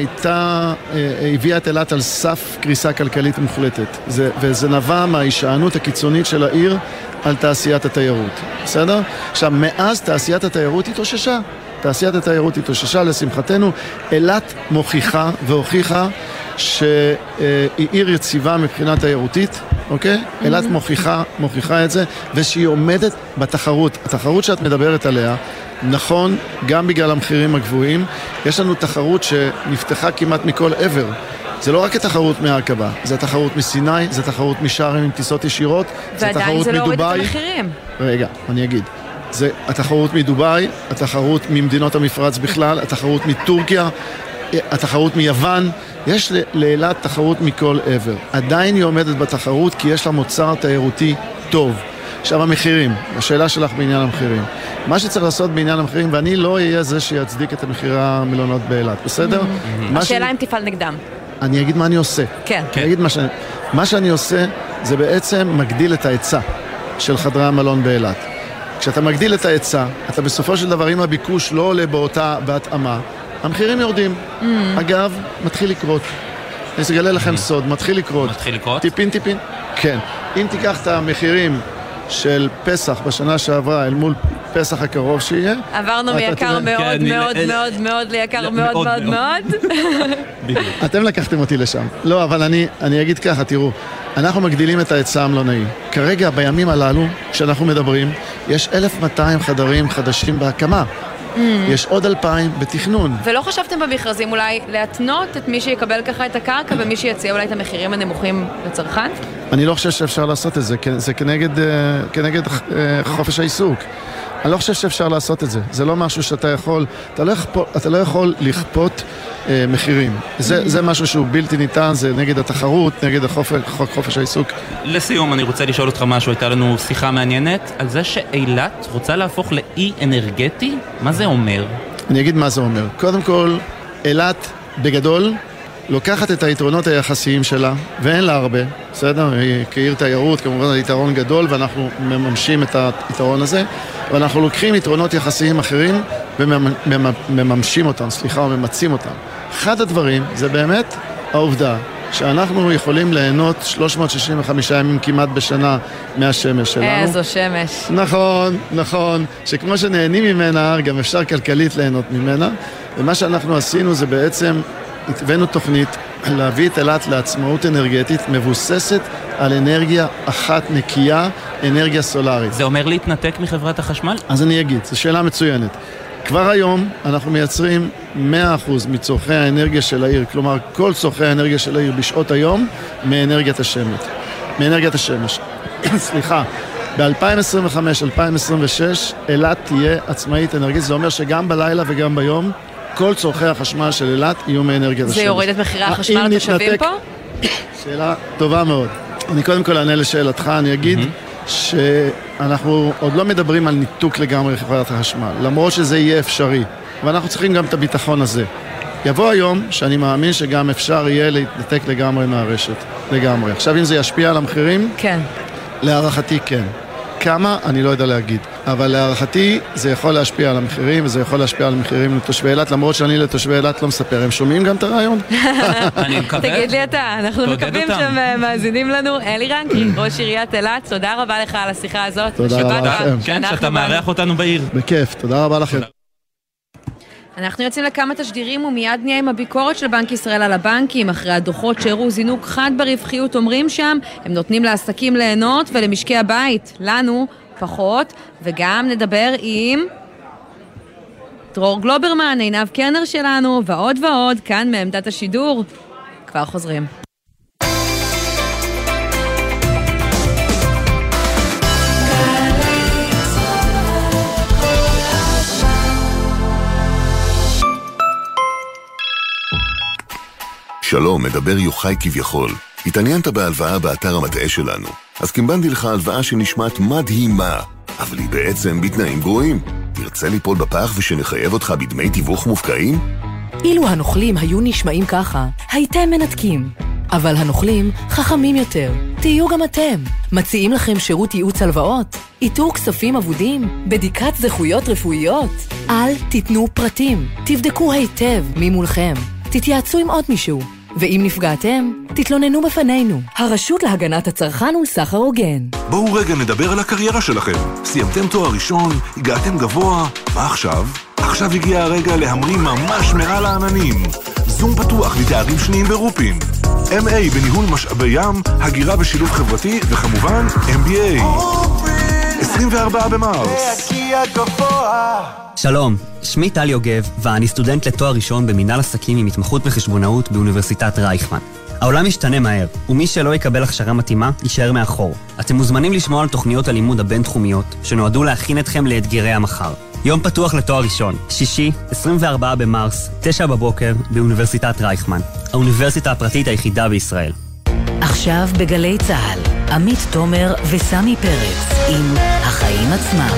הביאה את אילת על סף קריסה כלכלית מוחלטת, וזה נבע מההישענות הקיצונית של העיר על תעשיית התיירות, בסדר? עכשיו, מאז תעשיית התיירות התאוששה. תעשיית התיירות התאוששה, לשמחתנו. אילת מוכיחה והוכיחה שהיא עיר יציבה מבחינה תיירותית, אוקיי? אילת מוכיחה את זה, ושהיא עומדת בתחרות. התחרות שאת מדברת עליה, נכון, גם בגלל המחירים הגבוהים, יש לנו תחרות שנפתחה כמעט מכל עבר. זה לא רק התחרות מהעקבה, זה התחרות מסיני, זה תחרות משארם עם טיסות ישירות, זה תחרות מדובאי. ועדיין זה לא הוריד את המחירים. רגע, אני אגיד. זה התחרות מדובאי, התחרות ממדינות המפרץ בכלל, התחרות מטורקיה, התחרות מיוון. יש לאילת תחרות מכל עבר. עדיין היא עומדת בתחרות כי יש לה מוצר תיירותי טוב. עכשיו המחירים, השאלה שלך בעניין המחירים. מה שצריך לעשות בעניין המחירים, ואני לא אהיה זה שיצדיק את המחירי המלונות באילת, בסדר? השאלה אם תפעל נגדם. אני אגיד מה אני עושה. כן. אני אגיד מה שאני עושה זה בעצם מגדיל את ההיצע של חדרי המלון באילת. כשאתה מגדיל את ההיצע, אתה בסופו של דבר, אם הביקוש לא עולה בהתאמה, המחירים יורדים. אגב, מתחיל לקרות. אני אגלה לכם סוד, מתחיל לקרות. מתחיל לקרות? טיפין. כן. אם תיקח את המחירים של פסח בשנה שעברה אל מול פסח הקרוב שיהיה. עברנו מיקר מאוד מאוד מאוד מאוד ליקר מאוד מאוד מאוד. אתם לקחתם אותי לשם. לא, אבל אני אגיד ככה, תראו, אנחנו מגדילים את ההיצע המלונאי. כרגע, בימים הללו, כשאנחנו מדברים, יש 1,200 חדרים חדשים בהקמה. יש עוד 2,000 בתכנון. ולא חשבתם במכרזים אולי להתנות את מי שיקבל ככה את הקרקע ומי שיציע אולי את המחירים הנמוכים לצרכן? אני לא חושב שאפשר לעשות את זה, זה כנגד חופש העיסוק. אני לא חושב שאפשר לעשות את זה. זה לא משהו שאתה יכול, אתה לא יכול לכפות מחירים. זה משהו שהוא בלתי ניתן, זה נגד התחרות, נגד חופש העיסוק. לסיום, אני רוצה לשאול אותך משהו, הייתה לנו שיחה מעניינת על זה שאילת רוצה להפוך לאי אנרגטי. מה זה אומר? אני אגיד מה זה אומר. קודם כל, אילת בגדול לוקחת את היתרונות היחסיים שלה, ואין לה הרבה, בסדר? כעיר תיירות, כמובן זה יתרון גדול, ואנחנו מממשים את היתרון הזה, ואנחנו לוקחים יתרונות יחסיים אחרים, ומממשים אותם, או ממצים אותם. אחד הדברים זה באמת העובדה שאנחנו יכולים ליהנות 365 ימים כמעט בשנה מהשמש שלנו. איזו שמש. נכון, שכמו שנהנים ממנה, גם אפשר כלכלית ליהנות ממנה, ומה שאנחנו עשינו זה בעצם הבאנו תוכנית להביא את אילת לעצמאות אנרגטית מבוססת על אנרגיה אחת נקייה, אנרגיה סולארית. זה אומר להתנתק מחברת החשמל? אז אני אגיד, זו שאלה מצוינת. כבר היום אנחנו מייצרים 100% מצורכי האנרגיה של העיר, כלומר כל צורכי האנרגיה של העיר בשעות היום מאנרגיית השמש. סליחה, ב-2025-2026 אילת תהיה עצמאית אנרגית, זה אומר שגם בלילה וגם ביום כל צורכי החשמנה של אילת יהיו מאנרגיית השמש. זה יוריד את מחירי החשמל לתושבים פה? שאלה טובה מאוד. אני קודם כל אענה לשאלתך, אני אגיד שאנחנו עוד לא מדברים על ניתוק לגמרי חברת החשמל, למרות שזה יהיה אפשרי, ואנחנו צריכים גם את הביטחון הזה. יבוא היום שאני מאמין שגם אפשר יהיה להתנתק לגמרי מהרשת, לגמרי. עכשיו אם זה ישפיע על המחירים? כן. להערכתי כן. כמה? אני לא יודע להגיד. אבל להערכתי זה יכול להשפיע על המחירים, וזה יכול להשפיע על המחירים לתושבי אילת, למרות שאני לתושבי אילת לא מספר. הם שומעים גם את הרעיון? אני מקווה. תגיד לי אתה, אנחנו מקווים שהם מאזינים לנו. אלי רנקי, ראש עיריית אילת, תודה רבה לך על השיחה הזאת. תודה רבה לכם. כן, שאתה מארח אותנו בעיר. בכיף, תודה רבה לכם. אנחנו יוצאים לכמה תשדירים ומיד נהיה עם הביקורת של בנק ישראל על הבנקים. אחרי הדוחות שהראו זינוק חד ברווחיות, אומרים שם, הם נותנים לעסקים ליהנות ולמשקי הבית, לנו פחות. וגם נדבר עם דרור גלוברמן, עינב קרנר שלנו, ועוד ועוד, כאן מעמדת השידור. כבר חוזרים. שלום, מדבר יוחאי כביכול. התעניינת בהלוואה באתר המטעה שלנו. אז קימבנתי לך הלוואה שנשמעת מדהימה, אבל היא בעצם בתנאים גרועים. תרצה ליפול בפח ושנחייב אותך בדמי תיווך מופקעים? אילו הנוכלים היו נשמעים ככה, הייתם מנתקים. אבל הנוכלים חכמים יותר. תהיו גם אתם. מציעים לכם שירות ייעוץ הלוואות, איתור כספים אבודים, בדיקת זכויות רפואיות. אל תיתנו פרטים. תבדקו היטב מי מולכם. תתייעצו עם עוד מישהו. ואם נפגעתם, תתלוננו בפנינו. הרשות להגנת הצרכן ולסחר הוגן. בואו רגע נדבר על הקריירה שלכם. סיימתם תואר ראשון, הגעתם גבוה, מה עכשיו? עכשיו הגיע הרגע להמריא ממש מעל העננים. זום פתוח לתארים שניים ברופין. MA בניהול משאבי ים, הגירה ושילוב חברתי, וכמובן MBA. 24 במרס. שלום, שמי טל יוגב, ואני סטודנט לתואר ראשון במנהל עסקים עם התמחות בחשבונאות באוניברסיטת רייכמן. העולם משתנה מהר, ומי שלא יקבל הכשרה מתאימה יישאר מאחור. אתם מוזמנים לשמוע על תוכניות הלימוד הבינתחומיות שנועדו להכין אתכם לאתגרי המחר. יום פתוח לתואר ראשון, שישי, 24 במרס, 9 בבוקר, באוניברסיטת רייכמן. האוניברסיטה הפרטית היחידה בישראל. עכשיו בגלי צהל, עמית תומר וסמי פרץ עם החיים עצמם.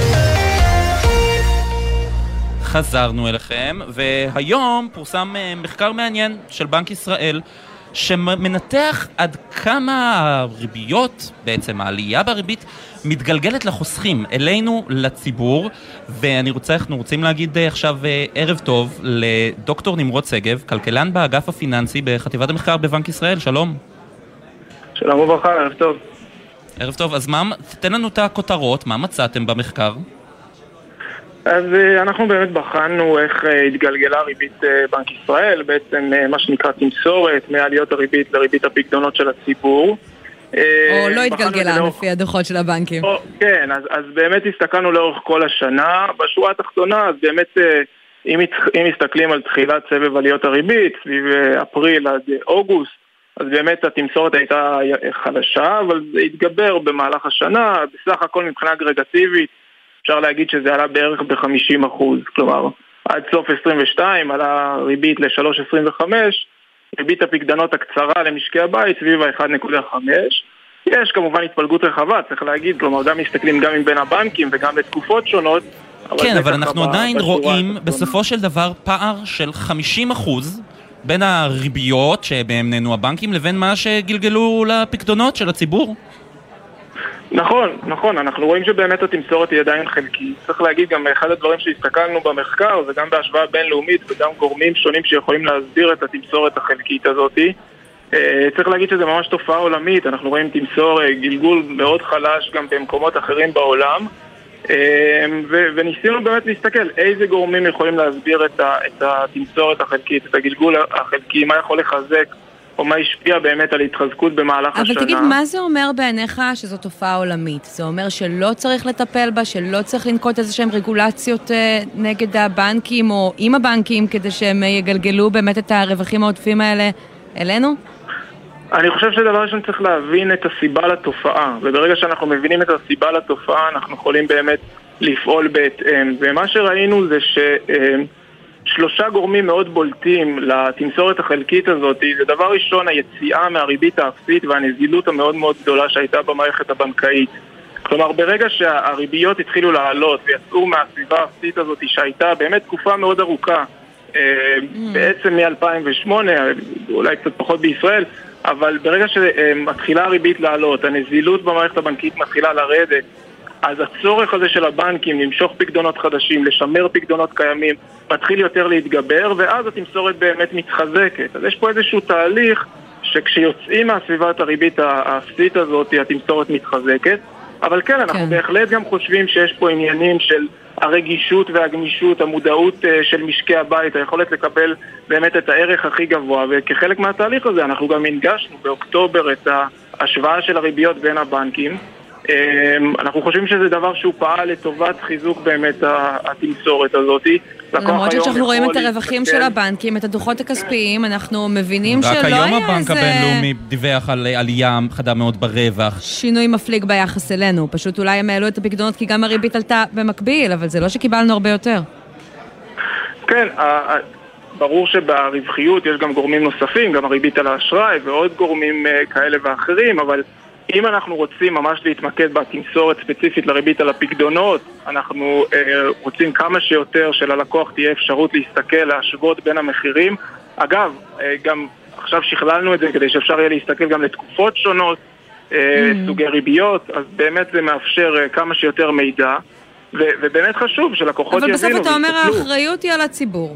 חזרנו אליכם, והיום פורסם מחקר מעניין של בנק ישראל, שמנתח עד כמה הריביות, בעצם העלייה בריבית, מתגלגלת לחוסכים, אלינו, לציבור. אנחנו רוצים להגיד עכשיו ערב טוב לדוקטור נמרוד שגב, כלכלן באגף הפיננסי בחטיבת המחקר בבנק ישראל. שלום. שלום וברכה, ערב טוב. ערב טוב, אז תן לנו את הכותרות, מה מצאתם במחקר? אז אנחנו באמת בחנו איך התגלגלה ריבית בנק ישראל, בעצם מה שנקרא תמסורת מעליות הריבית לריבית הפקדונות של הציבור. או לא התגלגלה לפי הדוחות של הבנקים. כן, אז באמת הסתכלנו לאורך כל השנה. בשורה התחתונה, אז באמת אם מסתכלים על תחילת סבב עליות הריבית, סביב אפריל עד אוגוסט, אז באמת התמסורת הייתה חלשה, אבל זה התגבר במהלך השנה. בסך הכל מבחינה אגרגטיבית אפשר להגיד שזה עלה בערך ב-50%, כלומר עד סוף 22 עלה ריבית ל-3.25, ריבית הפקדנות הקצרה למשקי הבית סביב ה-1.5. יש כמובן התפלגות רחבה, צריך להגיד, כלומר גם מסתכלים גם עם בין הבנקים וגם בתקופות שונות. כן, אבל אנחנו עדיין רואים בסופו של דבר פער של 50% בין הריביות שבהם נהנו הבנקים לבין מה שגלגלו לפקדונות של הציבור. נכון, אנחנו רואים שבאמת התמסורת היא עדיין חלקית. צריך להגיד גם אחד הדברים שהסתכלנו במחקר, וגם בהשוואה בינלאומית וגם גורמים שונים שיכולים להסביר את התמסורת החלקית הזאת, צריך להגיד שזה ממש תופעה עולמית. אנחנו רואים גלגול מאוד חלש גם במקומות אחרים בעולם, וניסינו באמת להסתכל איזה גורמים יכולים להסביר את התמסורת החלקית, את הגלגול החלקי, מה יכול לחזק או מה השפיע באמת על התחזקות במהלך השנה. אבל תגיד, מה זה אומר בעיניך שזו תופעה עולמית? זה אומר שלא צריך לטפל בה, שלא צריך לנקוט איזשהם רגולציות נגד הבנקים או עם הבנקים, כדי שהם יגלגלו באמת את הרווחים העודפים האלה אלינו? אני חושב שדבר ראשון צריך להבין את הסיבה לתופעה, וברגע שאנחנו מבינים את הסיבה לתופעה, אנחנו יכולים באמת לפעול בהתאם. ומה שראינו זה שלושה גורמים מאוד בולטים לתמסורת החלקית הזאת. זה דבר ראשון, היציאה מהריבית האפסית והנזילות המאוד מאוד גדולה שהייתה במערכת הבנקאית. כלומר, ברגע שהריביות התחילו לעלות ויצאו מהסביבה האפסית הזאת שהייתה באמת תקופה מאוד ארוכה, בעצם מ-2008, אולי קצת פחות בישראל, אבל ברגע שמתחילה הריבית לעלות, הנזילות במערכת הבנקית מתחילה לרדת, אז הצורך הזה של הבנקים למשוך פקדונות חדשים, לשמר פקדונות קיימים, מתחיל יותר להתגבר, ואז התמסורת באמת מתחזקת. אז יש פה איזשהו תהליך שכשיוצאים מהסביבת הריבית האפסית הזאת, התמסורת מתחזקת. אבל כן, אנחנו בהחלט גם חושבים שיש פה עניינים של הרגישות והגמישות, המודעות של משקי הבית, היכולת לקבל באמת את הערך הכי גבוה, וכחלק מהתהליך הזה אנחנו גם הנגשנו באוקטובר את ההשוואה של הריביות בין הבנקים. אנחנו חושבים שזה דבר שהוא פעל לטובת חיזוק באמת התמסורת הזאת. למרות שאנחנו רואים את הרווחים של הבנקים, את הדוחות הכספיים, אנחנו מבינים שלא היה איזה... רק היום הבנק הבינלאומי דיווח על עלייה חדה מאוד ברווח. שינוי מפליג ביחס אלינו. פשוט אולי הם העלו את הפקדונות כי גם הריבית עלתה במקביל, אבל זה לא שקיבלנו הרבה יותר. כן, ברור שברווחיות יש גם גורמים נוספים, גם הריבית על האשראי ועוד גורמים כאלה ואחרים, אבל אם אנחנו רוצים ממש להתמקד בתמסורת ספציפית לריבית על הפקדונות, אנחנו רוצים כמה שיותר שללקוח תהיה אפשרות להסתכל, להשוות בין המחירים. אגב, גם עכשיו שכללנו את זה כדי שאפשר יהיה להסתכל גם לתקופות שונות, סוגי ריביות, אז באמת זה מאפשר כמה שיותר מידע, ובאמת חשוב שלקוחות יבינו. אבל בסוף אתה אומר האחריות היא על הציבור.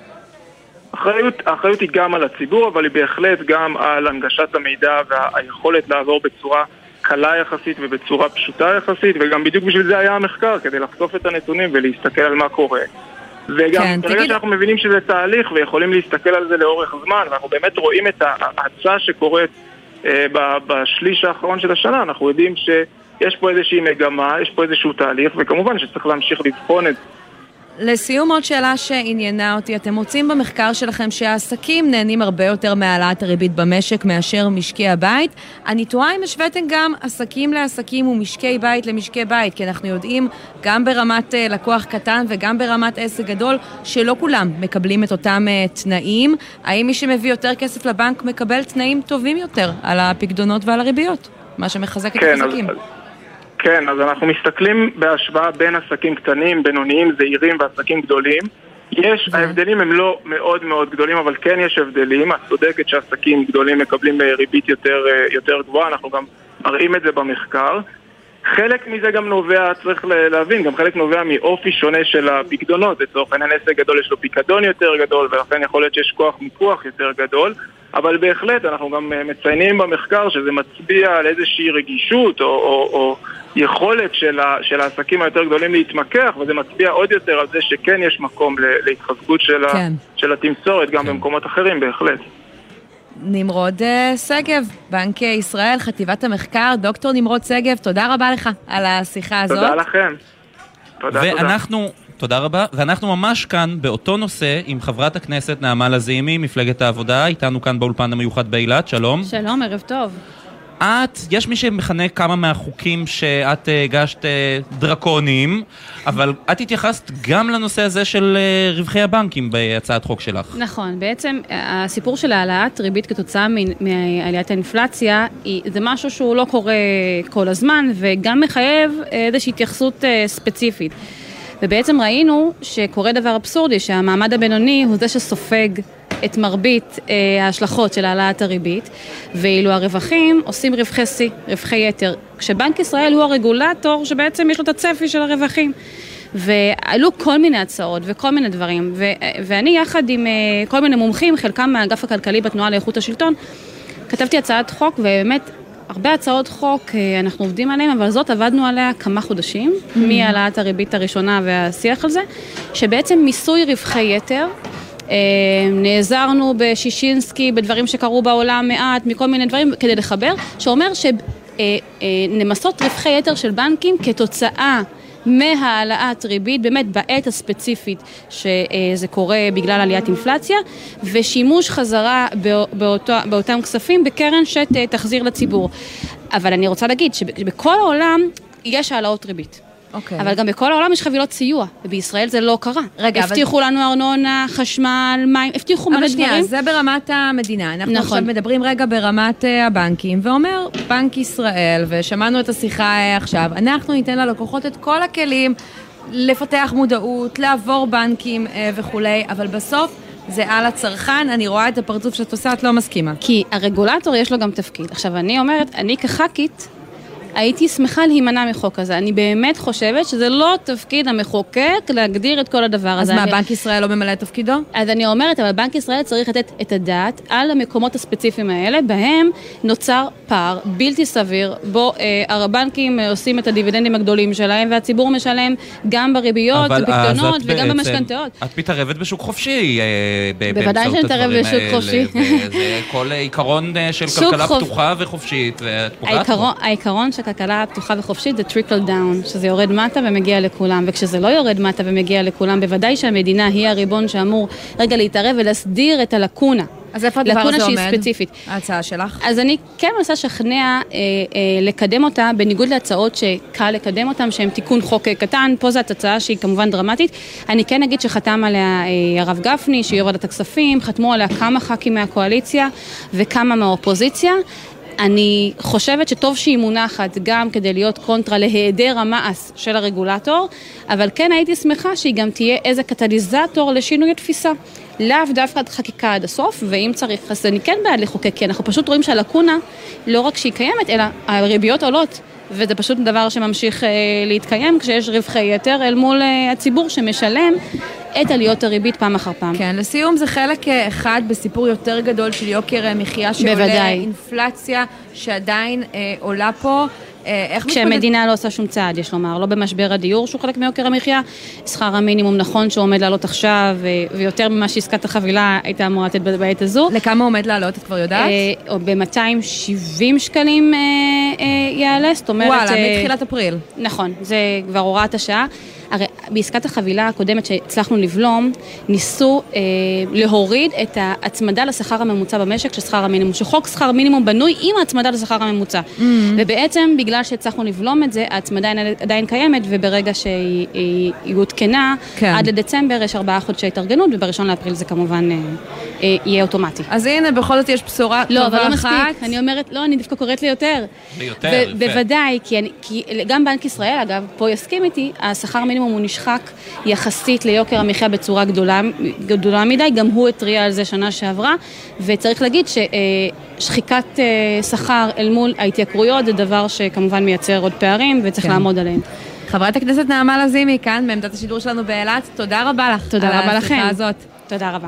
האחריות היא גם על הציבור, אבל היא בהחלט גם על הנגשת המידע והיכולת לעבור בצורה קלה יחסית ובצורה פשוטה יחסית, וגם בדיוק בשביל זה היה המחקר, כדי לחשוף את הנתונים ולהסתכל על מה קורה. וגם ברגע שאנחנו מבינים שזה תהליך ויכולים להסתכל על זה לאורך זמן, ואנחנו באמת רואים את ההצעה שקורית בשליש האחרון של השנה, אנחנו יודעים שיש פה איזושהי מגמה, יש פה איזשהו תהליך, וכמובן שצריך להמשיך לבחון את זה. לסיום עוד שאלה שעניינה אותי, אתם מוצאים במחקר שלכם שהעסקים נהנים הרבה יותר מהעלאת הריבית במשק מאשר משקי הבית. אני תוהה אם השוויתם גם עסקים לעסקים ומשקי בית למשקי בית, כי אנחנו יודעים גם ברמת לקוח קטן וגם ברמת עסק גדול שלא כולם מקבלים את אותם תנאים. האם מי שמביא יותר כסף לבנק מקבל תנאים טובים יותר על הפקדונות ועל הריביות, מה שמחזק את העסקים? כן, אז אנחנו מסתכלים בהשוואה בין עסקים קטנים, בינוניים, זעירים ועסקים גדולים. ההבדלים הם לא מאוד מאוד גדולים, אבל כן יש הבדלים. את צודקת שעסקים גדולים מקבלים ריבית יותר גבוהה, אנחנו גם מראים את זה במחקר. חלק מזה גם נובע, צריך להבין, גם חלק נובע מאופי שונה של הפקדונות. לצורך העניין עסק גדול יש לו פיקדון יותר גדול, ולכן יכול להיות שיש כוח מיקוח יותר גדול. אבל בהחלט אנחנו גם מציינים במחקר שזה מצביע על איזושהי רגישות או יכולת של העסקים היותר גדולים להתמקח, וזה מצביע עוד יותר על זה שכן יש מקום להתחזקות של התמסורת גם במקומות אחרים בהחלט. נמרוד שגב, בנק ישראל, חטיבת המחקר, דוקטור נמרוד שגב, תודה רבה לך על השיחה הזאת. תודה לכם. תודה. תודה רבה, ואנחנו ממש כאן באותו נושא עם חברת הכנסת נעמה לזימי, מפלגת העבודה, איתנו כאן באולפן המיוחד באילת, שלום. שלום, ערב טוב. יש מי שמכנה כמה מהחוקים שאת הגשת דרקוניים, אבל את התייחסת גם לנושא הזה של רווחי הבנקים בהצעת חוק שלך. נכון, בעצם הסיפור של העלאת ריבית כתוצאה מעליית האינפלציה, זה משהו שהוא לא קורה כל הזמן, וגם מחייב איזושהי התייחסות ספציפית. ובעצם ראינו שקורה דבר אבסורדי, שהמעמד הבינוני הוא זה שסופג את מרבית ההשלכות של העלאת הריבית, ואילו הרווחים עושים רווחי שיא, רווחי יתר, כשבנק ישראל הוא הרגולטור שבעצם יש לו את הצפי של הרווחים. ועלו כל מיני הצעות וכל מיני דברים, ואני יחד עם כל מיני מומחים, חלקם מהאגף הכלכלי בתנועה לאיכות השלטון, כתבתי הצעת חוק, ובאמת הרבה הצעות חוק אנחנו עובדים עליהן, אבל זאת עבדנו עליה כמה חודשים, מהעלאת הריבית הראשונה והשיח על זה, שבעצם מיסוי רווחי יתר נעזרנו בשישינסקי, בדברים שקרו בעולם מעט, מכל מיני דברים, כדי לחבר, שאומר שנמסות רווחי יתר של בנקים כתוצאה מהעלאת ריבית, באמת בעת הספציפית שזה קורה בגלל עליית אינפלציה, ושימוש חזרה באותם כספים בקרן שתחזיר לציבור. אבל אני רוצה להגיד שבכל העולם יש העלאות ריבית. אבל גם בכל העולם יש חבילות סיוע, ובישראל זה לא קרה. הבטיחו לנו ארנונה, חשמל, מים, הבטיחו מלא דברים. אבל שנייה, זה ברמת המדינה. אנחנו עכשיו מדברים רגע ברמת הבנקים, ואומר בנק ישראל, ושמענו את השיחה עכשיו, אנחנו ניתן ללקוחות את כל הכלים לפתח מודעות, לעבור בנקים וכולי, אבל בסוף זה על הצרכן, אני רואה את הפרצוף שאת עושה, את לא מסכימה. כי הרגולטור יש לו גם תפקיד. עכשיו אני אומרת, אני כח"כית, הייתי שמחה להימנע מחוק הזה. אני באמת חושבת שזה לא תפקיד המחוקק להגדיר את כל הדבר הזה. אז מה, בנק ישראל לא ממלא את תפקידו? אז אני אומרת, אבל בנק ישראל צריך לתת את הדעת על המקומות הספציפיים האלה, בהם נוצר פער בלתי סביר, בו הבנקים עושים את הדיבידנדים הגדולים שלהם, והציבור משלם גם בריביות, בפקדונות וגם במשכנתאות. את מתערבת בשוק חופשי בוודאי שנתערב בשוק חופשי. זה כל עיקרון של כלכלה פתוחה וחופשית, ואת פוגעת בו. העיקרון של כלכלה פתוחה וחופשית זה trickle down, שזה יורד מטה ומגיע לכולם, וכשזה לא יורד מטה ומגיע לכולם, בוודאי שהמדינה היא הריבון שאמור רגע להתערב ולהסדיר את הלקונה. אז איפה הדבר הזה עומד? ספציפית. ההצעה שלך? אז אני כן מנסה לשכנע לקדם אותה, בניגוד להצעות שקל לקדם אותן, שהן תיקון חוק קטן, פה זאת הצעה שהיא כמובן דרמטית. אני כן אגיד שחתם עליה הרב גפני, שהיא ועדת הכספים, חתמו עליה כמה ח"כים מהקואליציה וכמה מהאופוזיציה. אני חושבת שטוב שהיא מונחת גם כדי להיות קונטרה להיעדר המעש של הרגולטור, אבל כן הייתי שמחה שהיא גם תהיה איזה קטליזטור לשינוי התפיסה. לאו דווקא חקיקה עד הסוף, ואם צריך, אז אני כן בעד לחוקק, כי אנחנו פשוט רואים שהלקונה, לא רק שהיא קיימת, אלא הריביות עולות, וזה פשוט דבר שממשיך להתקיים, כשיש רווחי יתר אל מול הציבור שמשלם את עליות הריבית פעם אחר פעם. כן, לסיום זה חלק אחד בסיפור יותר גדול של יוקר מחיה שעולה, אינפלציה שעדיין עולה פה. כשהמדינה לא עושה שום צעד, יש לומר, לא במשבר הדיור שהוא חלק מיוקר המחיה, שכר המינימום נכון שהוא עומד לעלות עכשיו, ויותר ממה שעסקת החבילה הייתה אמורה לתת בעת הזו. לכמה עומד לעלות, את כבר יודעת? ב-270 שקלים יעלה, זאת אומרת... וואלה, מתחילת אפריל. נכון, זה כבר הוראת השעה. הרי בעסקת החבילה הקודמת שהצלחנו לבלום, ניסו להוריד את ההצמדה לשכר הממוצע במשק של שכר המינימום, שחוק שכר מינימום בנוי עם ההצמדה לשכר הממוצע. ובעצם בגלל שהצלחנו לבלום את זה, ההצמדה עדיין קיימת, וברגע שהיא הותקנה, עד לדצמבר יש 4 חודשי התארגנות, וב1 לאפריל זה כמובן יהיה אוטומטי. אז הנה, בכל זאת יש בשורה טובה אחת. לא, אבל לא מספיק. אני אומרת, לא, אני דווקא קוראת לי יותר. בוודאי, כי גם בנק ישראל, אגב, פה יסכים איתי, השכר מינימום הוא נשחק יחסית ליוקר המחיה בצורה גדולה מדי, גם הוא התריע על זה שנה שעברה, וצריך להגיד ששחיקת שכר אל מול ההתייקרויות זה דבר שכמובן מייצר עוד פערים וצריך לעמוד עליהם. חברת הכנסת נעמה לזימי כאן בעמדת השידור שלנו באילת, תודה רבה לך. תודה רבה לכם. הזאת. תודה רבה.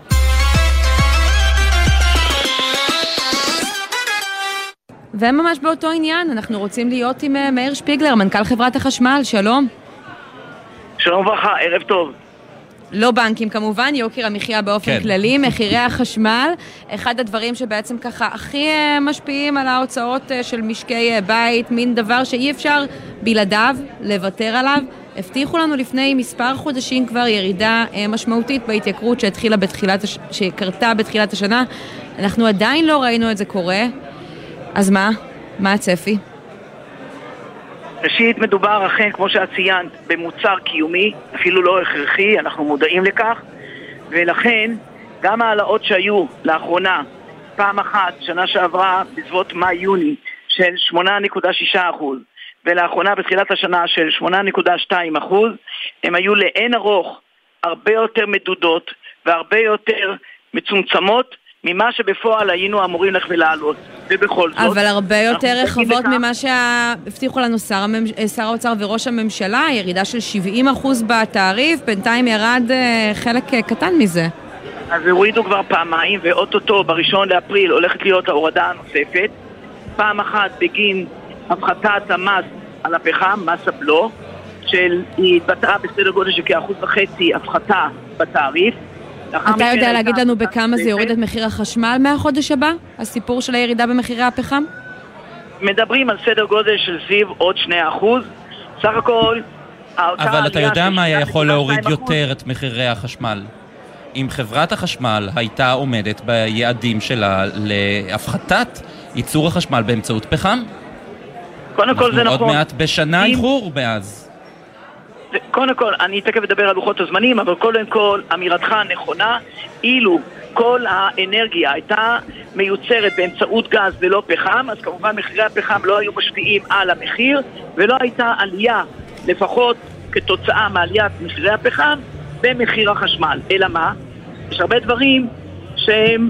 וממש באותו עניין, אנחנו רוצים להיות עם מאיר שפיגלר, מנכ"ל חברת החשמל, שלום. שלום וברכה, ערב טוב. לא בנקים כמובן, יוקר המחיה באופן כללי, מחירי החשמל, אחד הדברים שבעצם ככה הכי משפיעים על ההוצאות של משקי בית, מין דבר שאי אפשר בלעדיו לוותר עליו. הבטיחו לנו לפני מספר חודשים כבר ירידה משמעותית בהתייקרות שקרתה בתחילת השנה. אנחנו עדיין לא ראינו את זה קורה. אז מה הצפי? ראשית, מדובר אכן, כמו שאת ציינת, במוצר קיומי, אפילו לא הכרחי, אנחנו מודעים לכך, ולכן גם העלאות שהיו לאחרונה, פעם אחת, שנה שעברה, בסביבות מאי-יוני, של 8.6%, ולאחרונה בתחילת השנה של 8.2%, הם היו לאין ארוך הרבה יותר מדודות והרבה יותר מצומצמות, ממה שבפועל היינו אמורים לך ולעלות, ובכל זאת... אבל הרבה יותר רחבות ממה שהבטיחו לנו שר האוצר וראש הממשלה, ירידה של 70% בתעריף, בינתיים ירד חלק קטן מזה. אז הורידו כבר פעמיים, ואוטוטו ב1 לאפריל הולכת להיות ההורדה הנוספת, פעם אחת בגין הפחתת המס על הפחם, מס הבלו, שהיא התבטאה בסדר גודל של כ1.5% הפחתה בתעריף, אתה יודע להגיד לנו בכמה זה יוריד את מחיר החשמל מהחודש הבא? הסיפור של הירידה במחירי הפחם? מדברים על סדר גודל של סביב עוד 2%. סך הכל, אבל אתה יודע מה יכול להוריד יותר את מחירי החשמל? אם חברת החשמל הייתה עומדת ביעדים שלה להפחתת ייצור החשמל באמצעות פחם? קודם כל זה נכון. עוד מעט בשנה איחור מאז. קודם כל, אני תכף אדבר על לוחות הזמנים, אבל קודם כל, אמירתך נכונה. אילו כל האנרגיה הייתה מיוצרת באמצעות גז ולא פחם, אז כמובן מחירי הפחם לא היו משפיעים על המחיר, ולא הייתה עלייה, לפחות כתוצאה מעליית מחירי הפחם, במחיר החשמל. אלא מה? יש הרבה דברים שהם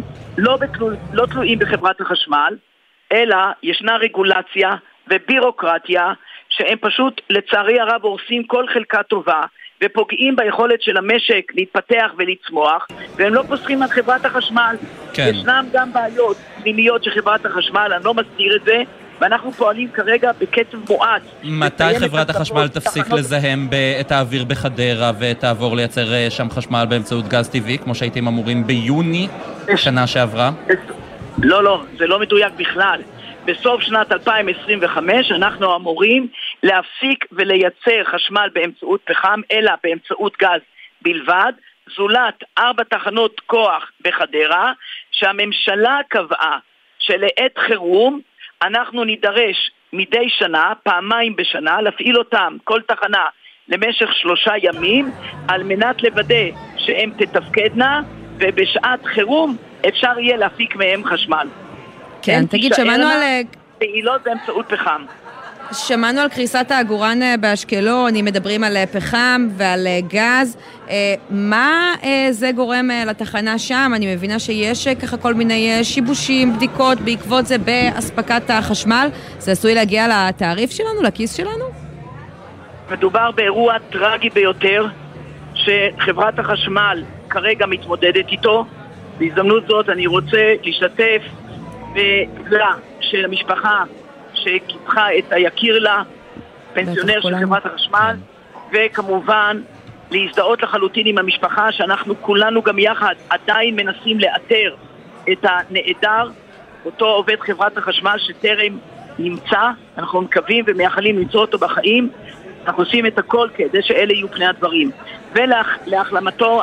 לא תלויים בחברת החשמל, אלא ישנה רגולציה ובירוקרטיה שהם פשוט לצערי הרב הורסים כל חלקה טובה ופוגעים ביכולת של המשק להתפתח ולצמוח, והם לא פוסחים על חברת החשמל. כן. ישנם גם בעיות פנימיות של חברת החשמל, אני לא מסתיר את זה, ואנחנו פועלים כרגע בקצב מואץ. מתי חברת החשמל תפסיק לזהם את האוויר בחדרה ותעבור לייצר שם חשמל באמצעות גז טבעי, כמו שהייתם אמורים ביוני שנה שעברה? לא, זה לא מדויק בכלל. בסוף שנת 2025 אנחנו אמורים להפסיק ולייצר חשמל באמצעות פחם, אלא באמצעות גז בלבד, זולת 4 תחנות כוח בחדרה, שהממשלה קבעה שלעת חירום אנחנו נידרש מדי שנה, פעמיים בשנה, להפעיל אותם, כל תחנה, למשך 3 ימים, על מנת לוודא שהן תתפקדנה, ובשעת חירום אפשר יהיה להפיק מהם חשמל. כן, תגיד, שמענו על... פעילות באמצעות פחם. שמענו על קריסת העגורן באשקלון, אם מדברים על פחם ועל גז. מה זה גורם לתחנה שם? אני מבינה שיש ככה כל מיני שיבושים, בדיקות, בעקבות זה בהספקת החשמל. זה עשוי להגיע לתעריף שלנו, לכיס שלנו? מדובר באירוע טרגי ביותר, שחברת החשמל כרגע מתמודדת איתו. בהזדמנות זאת אני רוצה להשתתף בגלה של המשפחה שקיפחה את היקיר לה, פנסיונר של חברת החשמל, וכמובן להזדהות לחלוטין עם המשפחה שאנחנו כולנו גם יחד עדיין מנסים לאתר את הנעדר, אותו עובד חברת החשמל שטרם נמצא. אנחנו מקווים ומייחלים למצוא אותו בחיים. אנחנו עושים את הכל כדי שאלה יהיו פני הדברים, ולהחלמתו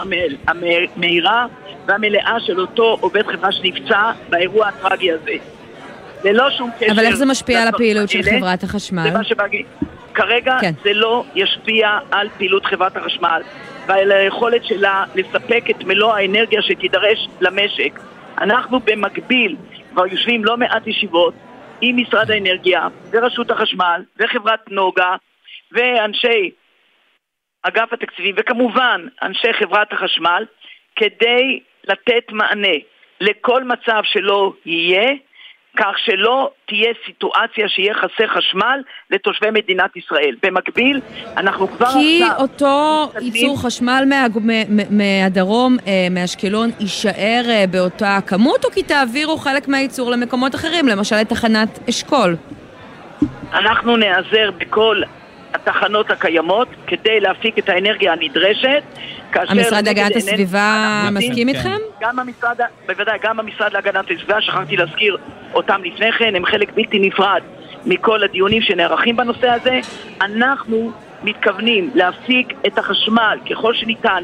המהירה והמלאה של אותו עובד חברה שנפצע באירוע הטרגי הזה. ללא שום קשר. אבל איך זה משפיע על הפעילות של חברת החשמל? כרגע זה לא ישפיע על פעילות חברת החשמל ועל היכולת שלה לספק את מלוא האנרגיה שתידרש למשק. אנחנו במקביל כבר יושבים לא מעט ישיבות עם משרד האנרגיה ורשות החשמל וחברת נוגה ואנשי אגף התקציבים וכמובן אנשי חברת החשמל, כדי לתת מענה לכל מצב שלא יהיה, כך שלא תהיה סיטואציה שיהיה חסר חשמל לתושבי מדינת ישראל. במקביל, אנחנו כבר כי אותו ייצור חשמל מהדרום, מאשקלון, יישאר באותה כמות, או כי תעבירו חלק מהייצור למקומות אחרים, למשל לתחנת אשכול? אנחנו נעזר בכל התחנות הקיימות כדי להפיק את האנרגיה הנדרשת. המשרד להגנת הסביבה מסכים איתכם? בוודאי, גם המשרד להגנת הסביבה, שכחתי להזכיר אותם לפני כן, הם חלק בלתי נפרד מכל הדיונים שנערכים בנושא הזה. אנחנו מתכוונים להפיק את החשמל ככל שניתן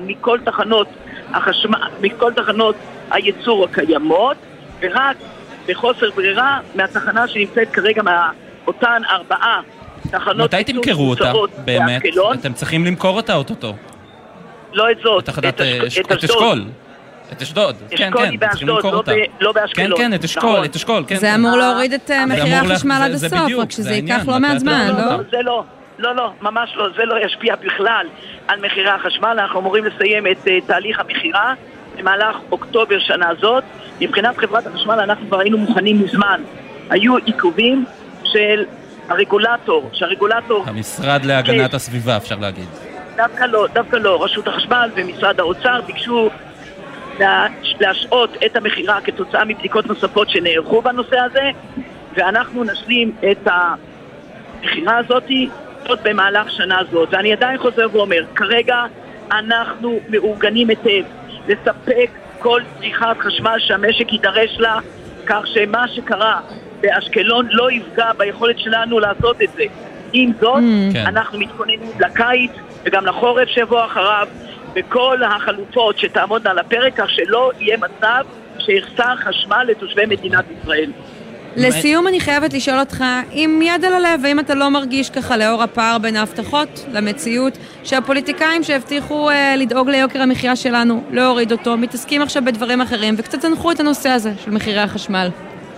מכל תחנות הייצור הקיימות, ורק בחוסר ברירה מהתחנה שנמצאת כרגע מאותן 4 תחנות. מתי תמכרו אותה באמת? אתם צריכים למכור אותה אותו. לא את זאת, את אשכול. את אשדוד. כן, כן, צריכים למכור אותה. לא באשקלון. כן, את אשכול. זה אמור להוריד את מחירי החשמל עד הסוף, רק שזה ייקח לא מעט זמן, לא? זה לא, ממש לא, זה לא ישפיע בכלל על מחירי החשמל. אנחנו אמורים לסיים את תהליך המחירה במהלך אוקטובר שנה זאת. מבחינת חברת החשמל אנחנו כבר היינו מוכנים מזמן. היו עיכובים של הרגולטור, המשרד להגנת הסביבה, אפשר להגיד. דווקא לא, רשות החשמל ומשרד האוצר ביקשו להשעות את המחירה כתוצאה מבדיקות נוספות שנערכו בנושא הזה, ואנחנו נשלים את המחירה הזאת עוד במהלך שנה הזאת. ואני עדיין חוזר ואומר, כרגע אנחנו מאורגנים היטב, לספק כל צריכת חשמל שהמשק יידרש לה, כך שמה שקרה באשקלון לא יפגע ביכולת שלנו לעשות את זה. עם זאת, אנחנו מתכוננים לקיץ וגם לחורף שבוע אחריו, בכל החלופות שתעמודנה על הפרק, כך שלא יהיה מצב שיחסר חשמל לתושבי מדינת ישראל. לסיום אני חייבת לשאול אותך, עם יד על הלב, האם אתה לא מרגיש ככה לאור הפער בין ההבטחות למציאות, שהפוליטיקאים שהבטיחו לדאוג ליוקר המחיה שלנו, לא הוריד אותו, מתעסקים עכשיו בדברים אחרים, וקצת זנחו את הנושא הזה של מחירי החשמל?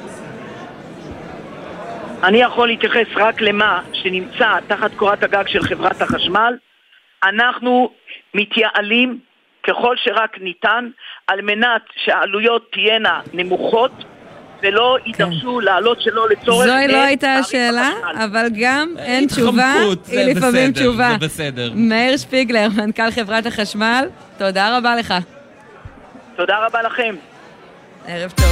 אני יכול להתייחס רק למה שנמצא תחת קורת הגג של חברת החשמל. אנחנו מתייעלים ככל שרק ניתן, על מנת שהעלויות תהיינה נמוכות, ולא יידרשו לעלות שלא לצורך. זוהי לא הייתה השאלה, אבל גם אין תשובה, היא לפעמים תשובה. זה בסדר. מאיר שפיגלר, מנכ"ל חברת החשמל, תודה רבה לך. תודה רבה לכם. ערב טוב.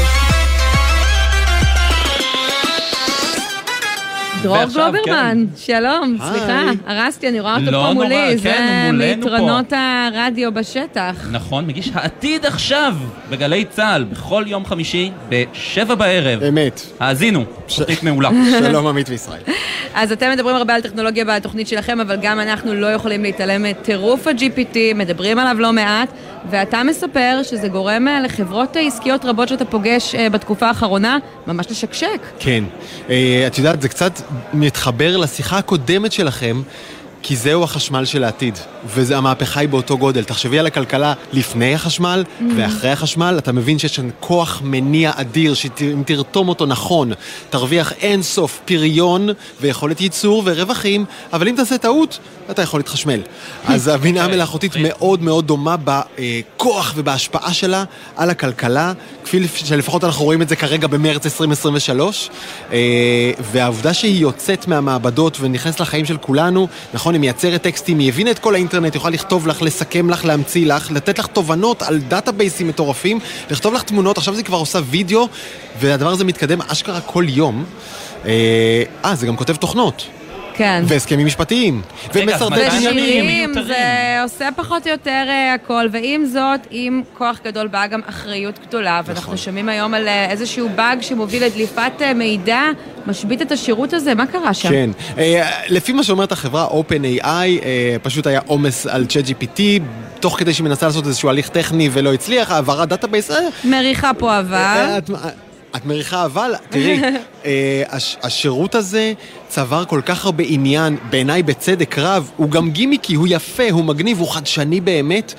דרור גלוברמן, שלום, סליחה, הרסתי, אני רואה אותו פה מולי, זה מיתרונות הרדיו בשטח. נכון, מגיש העתיד עכשיו בגלי צהל, בכל יום חמישי, ב-7 בערב. אמת. האזינו, תוכנית מעולה. שלום עמית וישראל. אז אתם מדברים הרבה על טכנולוגיה בתוכנית שלכם, אבל גם אנחנו לא יכולים להתעלם מטירוף ה-GPT, מדברים עליו לא מעט, ואתה מספר שזה גורם לחברות עסקיות רבות שאתה פוגש בתקופה האחרונה, ממש לשקשק. כן. את יודעת, זה קצת מתחבר לשיחה הקודמת שלכם, כי זהו החשמל של העתיד, והמהפכה היא באותו גודל. תחשבי על הכלכלה לפני החשמל ואחרי החשמל, אתה מבין שיש כאן כוח מניע אדיר, שאם תרתום אותו נכון, תרוויח אין סוף פריון ויכולת ייצור ורווחים, אבל אם תעשה טעות, אתה יכול להתחשמל. אז הבינה המלאכותית מאוד מאוד דומה בכוח ובהשפעה שלה על הכלכלה, כפי שלפחות אנחנו רואים את זה כרגע במרץ 2023, והעובדה שהיא יוצאת מהמעבדות ונכנסת לחיים של כולנו, נכון, היא מייצרת טקסטים, היא הבינה את כל האינטרנט, היא יכולה לכתוב לך, לסכם לך, להמציא לך, לתת לך תובנות על דאטאבייסים מטורפים, לכתוב לך תמונות, עכשיו זה כבר עושה וידאו, והדבר הזה מתקדם אשכרה כל יום. זה גם כותב תוכנות. כן. והסכמים משפטיים. ומסרטט עניינים. זה עושה פחות או יותר הכל, ועם זאת, עם כוח גדול באה גם אחריות גדולה, ואנחנו שומעים היום על איזשהו באג שמוביל לדליפת מידע, משבית את השירות הזה, מה קרה שם? כן. לפי מה שאומרת החברה OpenAI, פשוט היה עומס על ChatGPT, תוך כדי שהיא מנסה לעשות איזשהו הליך טכני ולא הצליח, העברת דאטאבייס. מריחה פה אבל. את מריחה אבל, תראי, השירות הזה צבר כל כך הרבה עניין, בעיניי בצדק רב, הוא גם גימיקי, הוא יפה, הוא מגניב, הוא חדשני באמת.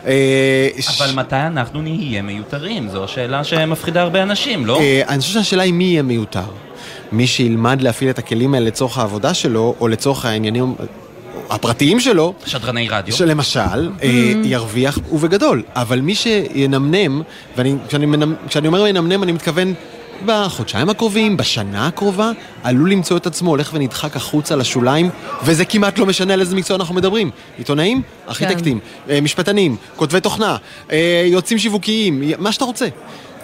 אבל מתי אנחנו נהיה מיותרים? זו השאלה שמפחידה הרבה אנשים, לא? אני חושב שהשאלה היא מי יהיה מיותר. מי שילמד להפעיל את הכלים האלה לצורך העבודה שלו, או לצורך העניינים הפרטיים שלו, שדרני רדיו, שלמשל ירוויח ובגדול, אבל מי שינמנם, כשאני אומר ינמנם אני מתכוון בחודשיים הקרובים, בשנה הקרובה, עלול למצוא את עצמו, הולך ונדחק החוצה לשוליים, וזה כמעט לא משנה על איזה מקצוע אנחנו מדברים. עיתונאים, ארכיטקטים, משפטנים, כותבי תוכנה, יוצאים שיווקיים, מה שאתה רוצה.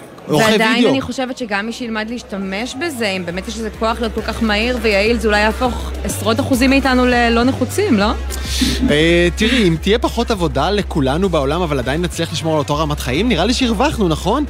ועדיין אני חושבת שגם מי שילמד להשתמש בזה, אם באמת יש איזה כוח להיות כל כך מהיר ויעיל, זה אולי יהפוך 10% מאיתנו ללא נחוצים, לא? תראי, אם תהיה פחות עבודה לכולנו בעולם, אבל עדיין נצליח לשמור על אותו רמת חיים, נראה לי שהרווחנו, נכון?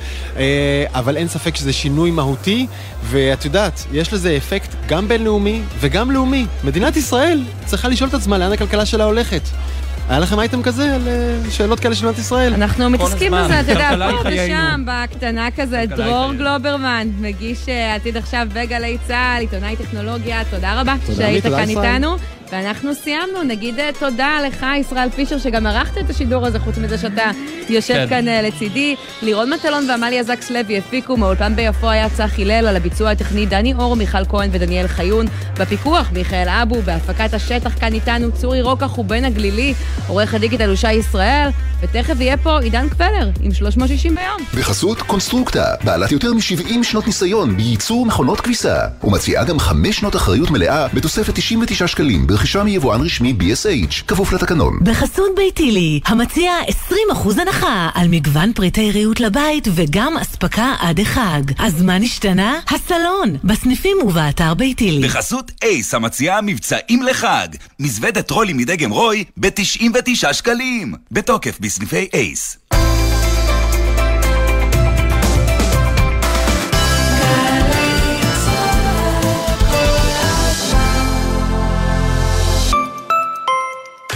אבל אין ספק שזה שינוי מהותי, ואת יודעת, יש לזה אפקט גם בינלאומי וגם לאומי. מדינת ישראל צריכה לשאול את עצמה לאן הכלכלה שלה הולכת. היה לכם אייטם כזה על שאלות כאלה של מדינת ישראל? אנחנו מתעסקים בזה, אתה יודע, פה ושם, בקטנה כזה, דרור גלוברמן, מגיש עתיד עכשיו בגלי צהל, עיתונאי טכנולוגיה, תודה רבה שהיית כאן איתנו. ואנחנו סיימנו, נגיד תודה לך, ישראל פישר, שגם ערכת את השידור הזה, חוץ מזה שאתה יושב כאן לצידי. לירון מטלון ועמליה זקס לוי הפיקו, מאולפן ביפו היה צח הלל, על הביצוע הטכני דני אור, מיכל כהן ודניאל חיון, בפיקוח מיכאל אבו, בהפקת השטח כאן איתנו צורי רוקח ובן הגלילי, עורך הדיגיטל אושי ישראל, ותכף יהיה פה עידן קפלר עם 360 ביום. בחסות קונסטרוקטה, בעלת יותר מ-70 שנות ניסיון בייצור מכונות כביסה, ומציעה גם 5 שנות אחריות מלאה בתוספת 99 שקלים ברכישה מיבואן רשמי BSH, כפוף לתקנון. בחסות ביתילי, המציע 20% הנחה על מגוון פריטי ריהוט לבית וגם אספקה עד החג. אז מה נשתנה? הסלון, בסניפים ובאתר ביתילי. בחסות אייס, המציעה מבצעים לחג, מזוודת טרולי מדגם רוי ב-99 שקלים. בתוקף בסניפי אייס.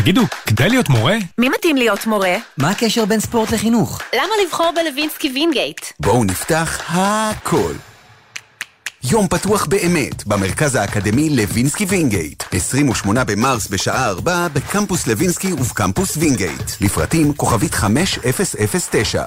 תגידו, כדאי להיות מורה? מי מתאים להיות מורה? מה הקשר בין ספורט לחינוך? למה לבחור בלווינסקי וינגייט? בואו נפתח הכל. יום פתוח באמת במרכז האקדמי לוינסקי וינגייט. 28 במרס בשעה 4 בקמפוס לוינסקי ובקמפוס וינגייט. לפרטים כוכבית 5009.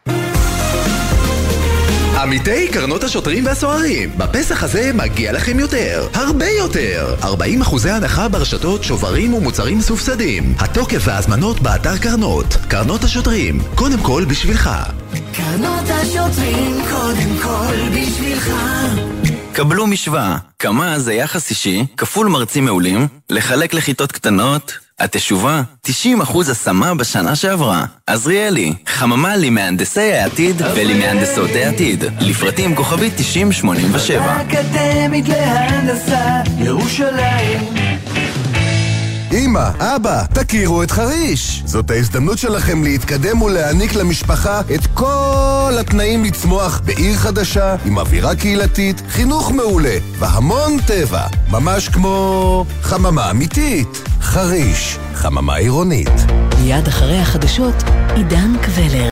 עמיתי קרנות השוטרים והסוהרים, בפסח הזה מגיע לכם יותר, הרבה יותר. 40% הנחה ברשתות, שוברים ומוצרים סופסדים. התוקף וההזמנות באתר קרנות. קרנות השוטרים, קודם כל בשבילך. קרנות השוטרים, קודם כל בשבילך. קבלו משוואה, כמה זה יחס אישי, כפול מרצים מעולים, לחלק לכיתות קטנות, התשובה, 90% השמה בשנה שעברה. עזריאלי, חממה למהנדסי העתיד ולמהנדסות העתיד. לפרטים כוכבית 9087. אקדמית להנדסה, ירושלים. אמא, אבא, תכירו את חריש. זאת ההזדמנות שלכם להתקדם ולהעניק למשפחה את כל התנאים לצמוח בעיר חדשה, עם אווירה קהילתית, חינוך מעולה והמון טבע. ממש כמו חממה אמיתית. חריש, חממה עירונית. מיד אחרי החדשות, עידן קבלר.